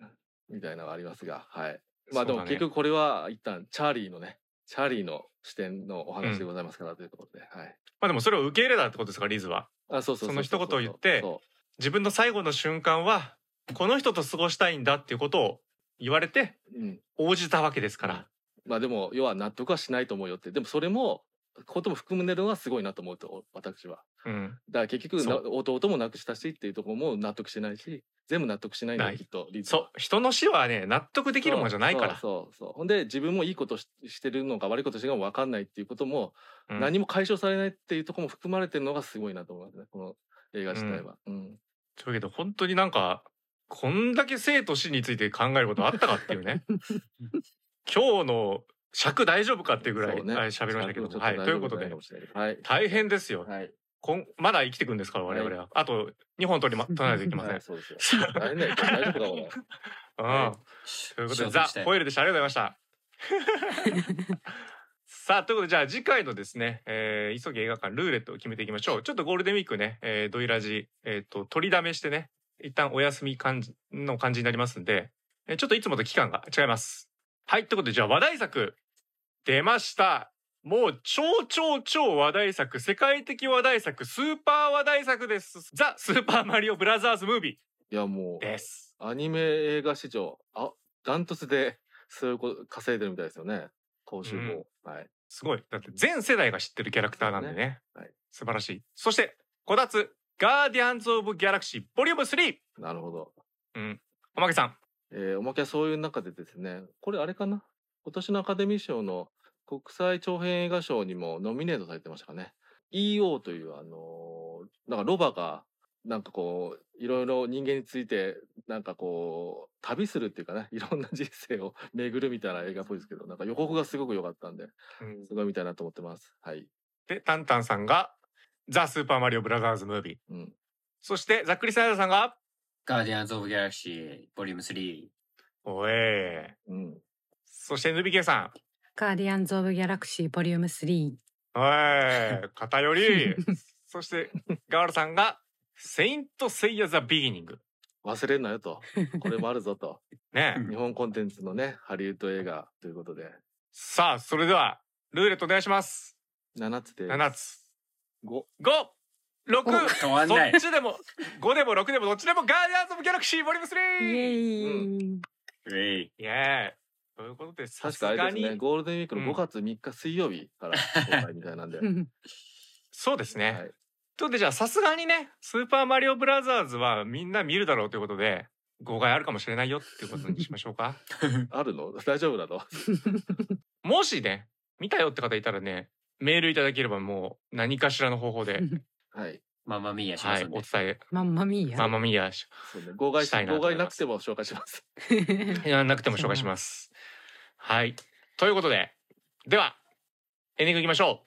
みたいなのがありますが、はい。まあでも結局これは一旦チャーリーのね、チャーリーの視点のお話でございますからというところで、うん、はい。 まあでもそれを受け入れたってことですか、リズは。 あ、そうそうそうそうそう。 その一言を言って、自分の最後の瞬間はこの人と過ごしたいんだっていうことを言われて応じたわけですから。うん、 まあでも要は納得はしないと思うよって。でもそれもことも含めるのはすごいなと思うと私は。うん、だから結局弟も亡くしたしっていうところも納得しないし、全部納得しないんだよきっとリズ。 そう、人の死はね納得できるもんじゃないから。 そうそうそう。ほんで自分もいいことししてるのか悪いことしてるのか分かんないっていうことも、うん、何も解消されないっていうところも含まれてるのがすごいなと思いますね、この映画自体は。うん。うん、 というわけで本当になんかこんだけ生と死について考えることあったかっていうね。今日の尺大丈夫かっていうぐらい喋りましたけども、はい、ということで、はい、大変ですよ。はい、こんまだ生きてくんですから我々は、はい、あとにほん取りま取らないといけません。そうですよ。大変だよ。大丈夫かこれ。ああ、ということでザ・ホエールでした。ありがとうございました。さあということでじゃあ次回のですね、えー、急ぎ映画館ルーレットを決めていきましょう。ちょっとゴールデンウィークね、えー、ドイラジ、えー、と取りだめしてね、一旦お休み感じの感じになりますんで、えー、ちょっといつもと期間が違います。はい、ということでじゃあ話題作出ました。もう超超超話題作、世界的話題作、スーパー話題作です。ザ・スーパーマリオブラザーズムービー。 いやもうですアニメ映画史上あダントツでそういうこと稼いでるみたいですよね。講習法、うん、はい。 すごい。だって全世代が知ってるキャラクターなんでね。ね、はい、素晴らしい。そしてこたつガーディアンズ・オブ・ギャラクシーボリュームスリー。 なるほど。 うん。おまけさん。 えー、おまけはそういう中でですね、これあれかな。今年のアカデミー賞の国際長編映画賞にもノミネートされてましたかね。イーオー というあのー、なんかロバがなんかこういろいろ人間についてなんかこう旅するっていうかね、いろんな人生を巡るみたいな映画っぽいですけど、なんか予告がすごく良かったんで、うん、すごい見たいなと思ってます。はい。 でタンタンさんがザ・スーパーマリオブラザーズムービー。うん、そしてざっくりサイダーさんがガーディアンズ・オブ・ギャラクシーボリュームスリー。おえー。うん。そしてヌビケさん。 ガーディアンズ・オブ・ギャラクシーボリュームスリー。はい、偏り。そしてガールさんがセイント・セイヤ・ザ・ビギニング。 忘れんなよと。これもあるぞと。ね。日本コンテンツのね、ハリウッド映画ということで。 さあ、それではルーレットお願いします。 ななつで。 ななつ。 ご。 ご。ろく。変わんない。そっちでもごでもろくでもどっちでもガーディアンズ・オブ・ギャラクシーボリュームスリー。イエーイ。うん、イエーイ。イエーイ。ということでさすがに確かあれですね、ゴールデンウィークのごがつみっか水曜日から公開みたいなんで、うん、 そうですね、はい、ということでじゃあさすがにねスーパーマリオブラザーズはみんな見るだろうということで誤解あるかもしれないよっていうことにしましょうか。 あるの大丈夫だと。 もしね見たよって方いたらねメールいただければもう何かしらの方法ではいママミーヤしますんで、 はい、お伝えママミーヤママミーヤそうね号外したいな。号外なくても紹介します。 いやなくても紹介します。はい。ということで、では、エンディングいきましょう。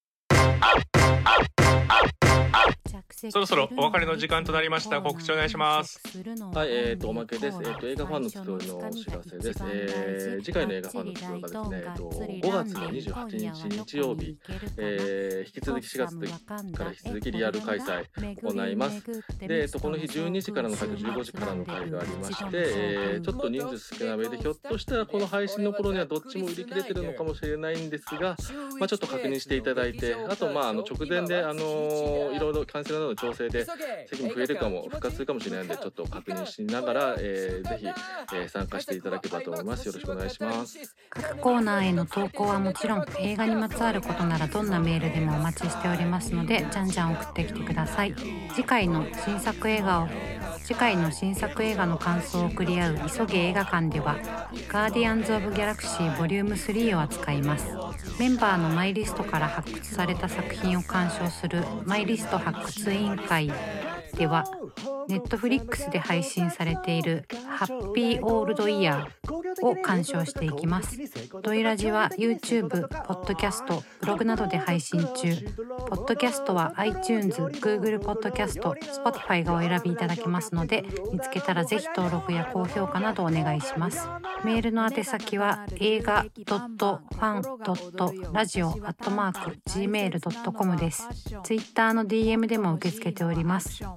そろそろお別れの時間となりました。告知お願いします。 はい、えーと、おまけです。えーと、映画ファンの集いのお知らせです。えー、次回の映画ファンの集いがですね、えーと、ごがつのにじゅうはちにち日曜日、えー、引き続きしがつから引き続きリアル開催行います。で、えーと、この日じゅうにじからの回とじゅうごじからの回がありまして、えー、ちょっと人数少なめで、ひょっとしたらこの配信の頃にはどっちも売り切れてるのかもしれないんですが、まあちょっと確認していただいて、あとまああの直前であのー、いろいろキャンセルなどの調整で席も増えるかも復活するかもしれないのでちょっと確認しながら、えー、ぜひ、えー、参加していただければと思います。よろしくお願いします。 各コーナーへの投稿はもちろん映画にまつわることならどんなメールでもお待ちしておりますのでじゃんじゃん送ってきてください。次回の新作映画を次回の新作映画の感想を送り合う急げ映画館ではガーディアンズ・オブ・ギャラクシーボリュームスリーを扱います。メンバーのマイリストから発掘された作品を鑑賞するマイリスト発掘委員会ではネットフリックスで配信されているハッピーオールドイヤーを鑑賞していきます。ドイラジは YouTube、ポッドキャスト、ブログなどで配信中。ポッドキャストは iTunes、Google ポッドキャスト、Spotify がお選びいただけますので見つけたらぜひ登録や高評価などお願いします。メールの宛先は映画 .ファン .ラジオ アットマーク ジーメール ドットコム です。Twitter の ディーエム でも受け付けております。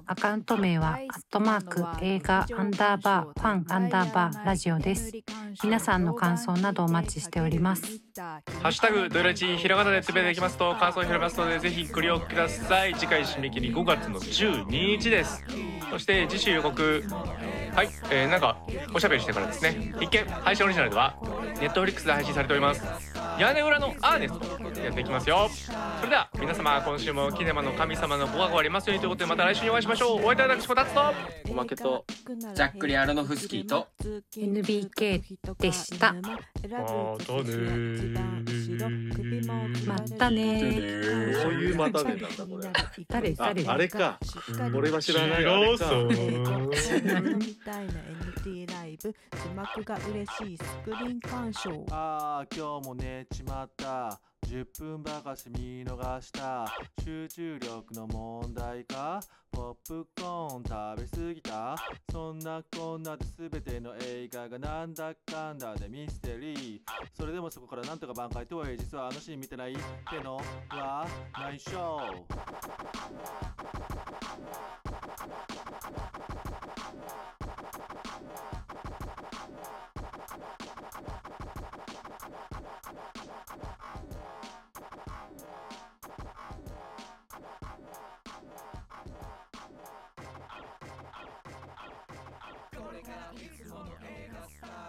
アカウント名はアットマーク映画アンダーバーファンアンダーバーラジオです。皆さんの感想などお待ちしております。 ハッシュタグドイラジひらがなでつぶやいていきますと感想を拾いますので、ぜひご利用ください。次回締め切りごがつのじゅうににちです。そして次週予告、はい、えー、なんかおしゃべりしてからですね。一見配信オリジナルではネットフリックスで配信されております屋根裏のアーネストやっていきますよ。それでは皆様、今週もキネマの神様のご加護ありますようにということで、また来週にお会いしましょう。お相手は私こたつとおまけとざっくりアロノフスキーとエヌビーケー でした。 またねまたね。 そういうまたねなんだこれ。 誰誰あ、あれか。俺は知らない。あれか。 みたいな エヌティー ライブ、字幕が嬉しいスクリーン鑑賞。 あー今日も寝ちまった。じゅっぷんばかし見逃した。集中力の問題か。ポップコーン食べ過ぎた。そんなこんなで全ての映画がなんだかんだでミステリー。それでもそこからなんとか挽回とはいえ、実はあのシーン見てないってのは内緒。これからいつもの映画スター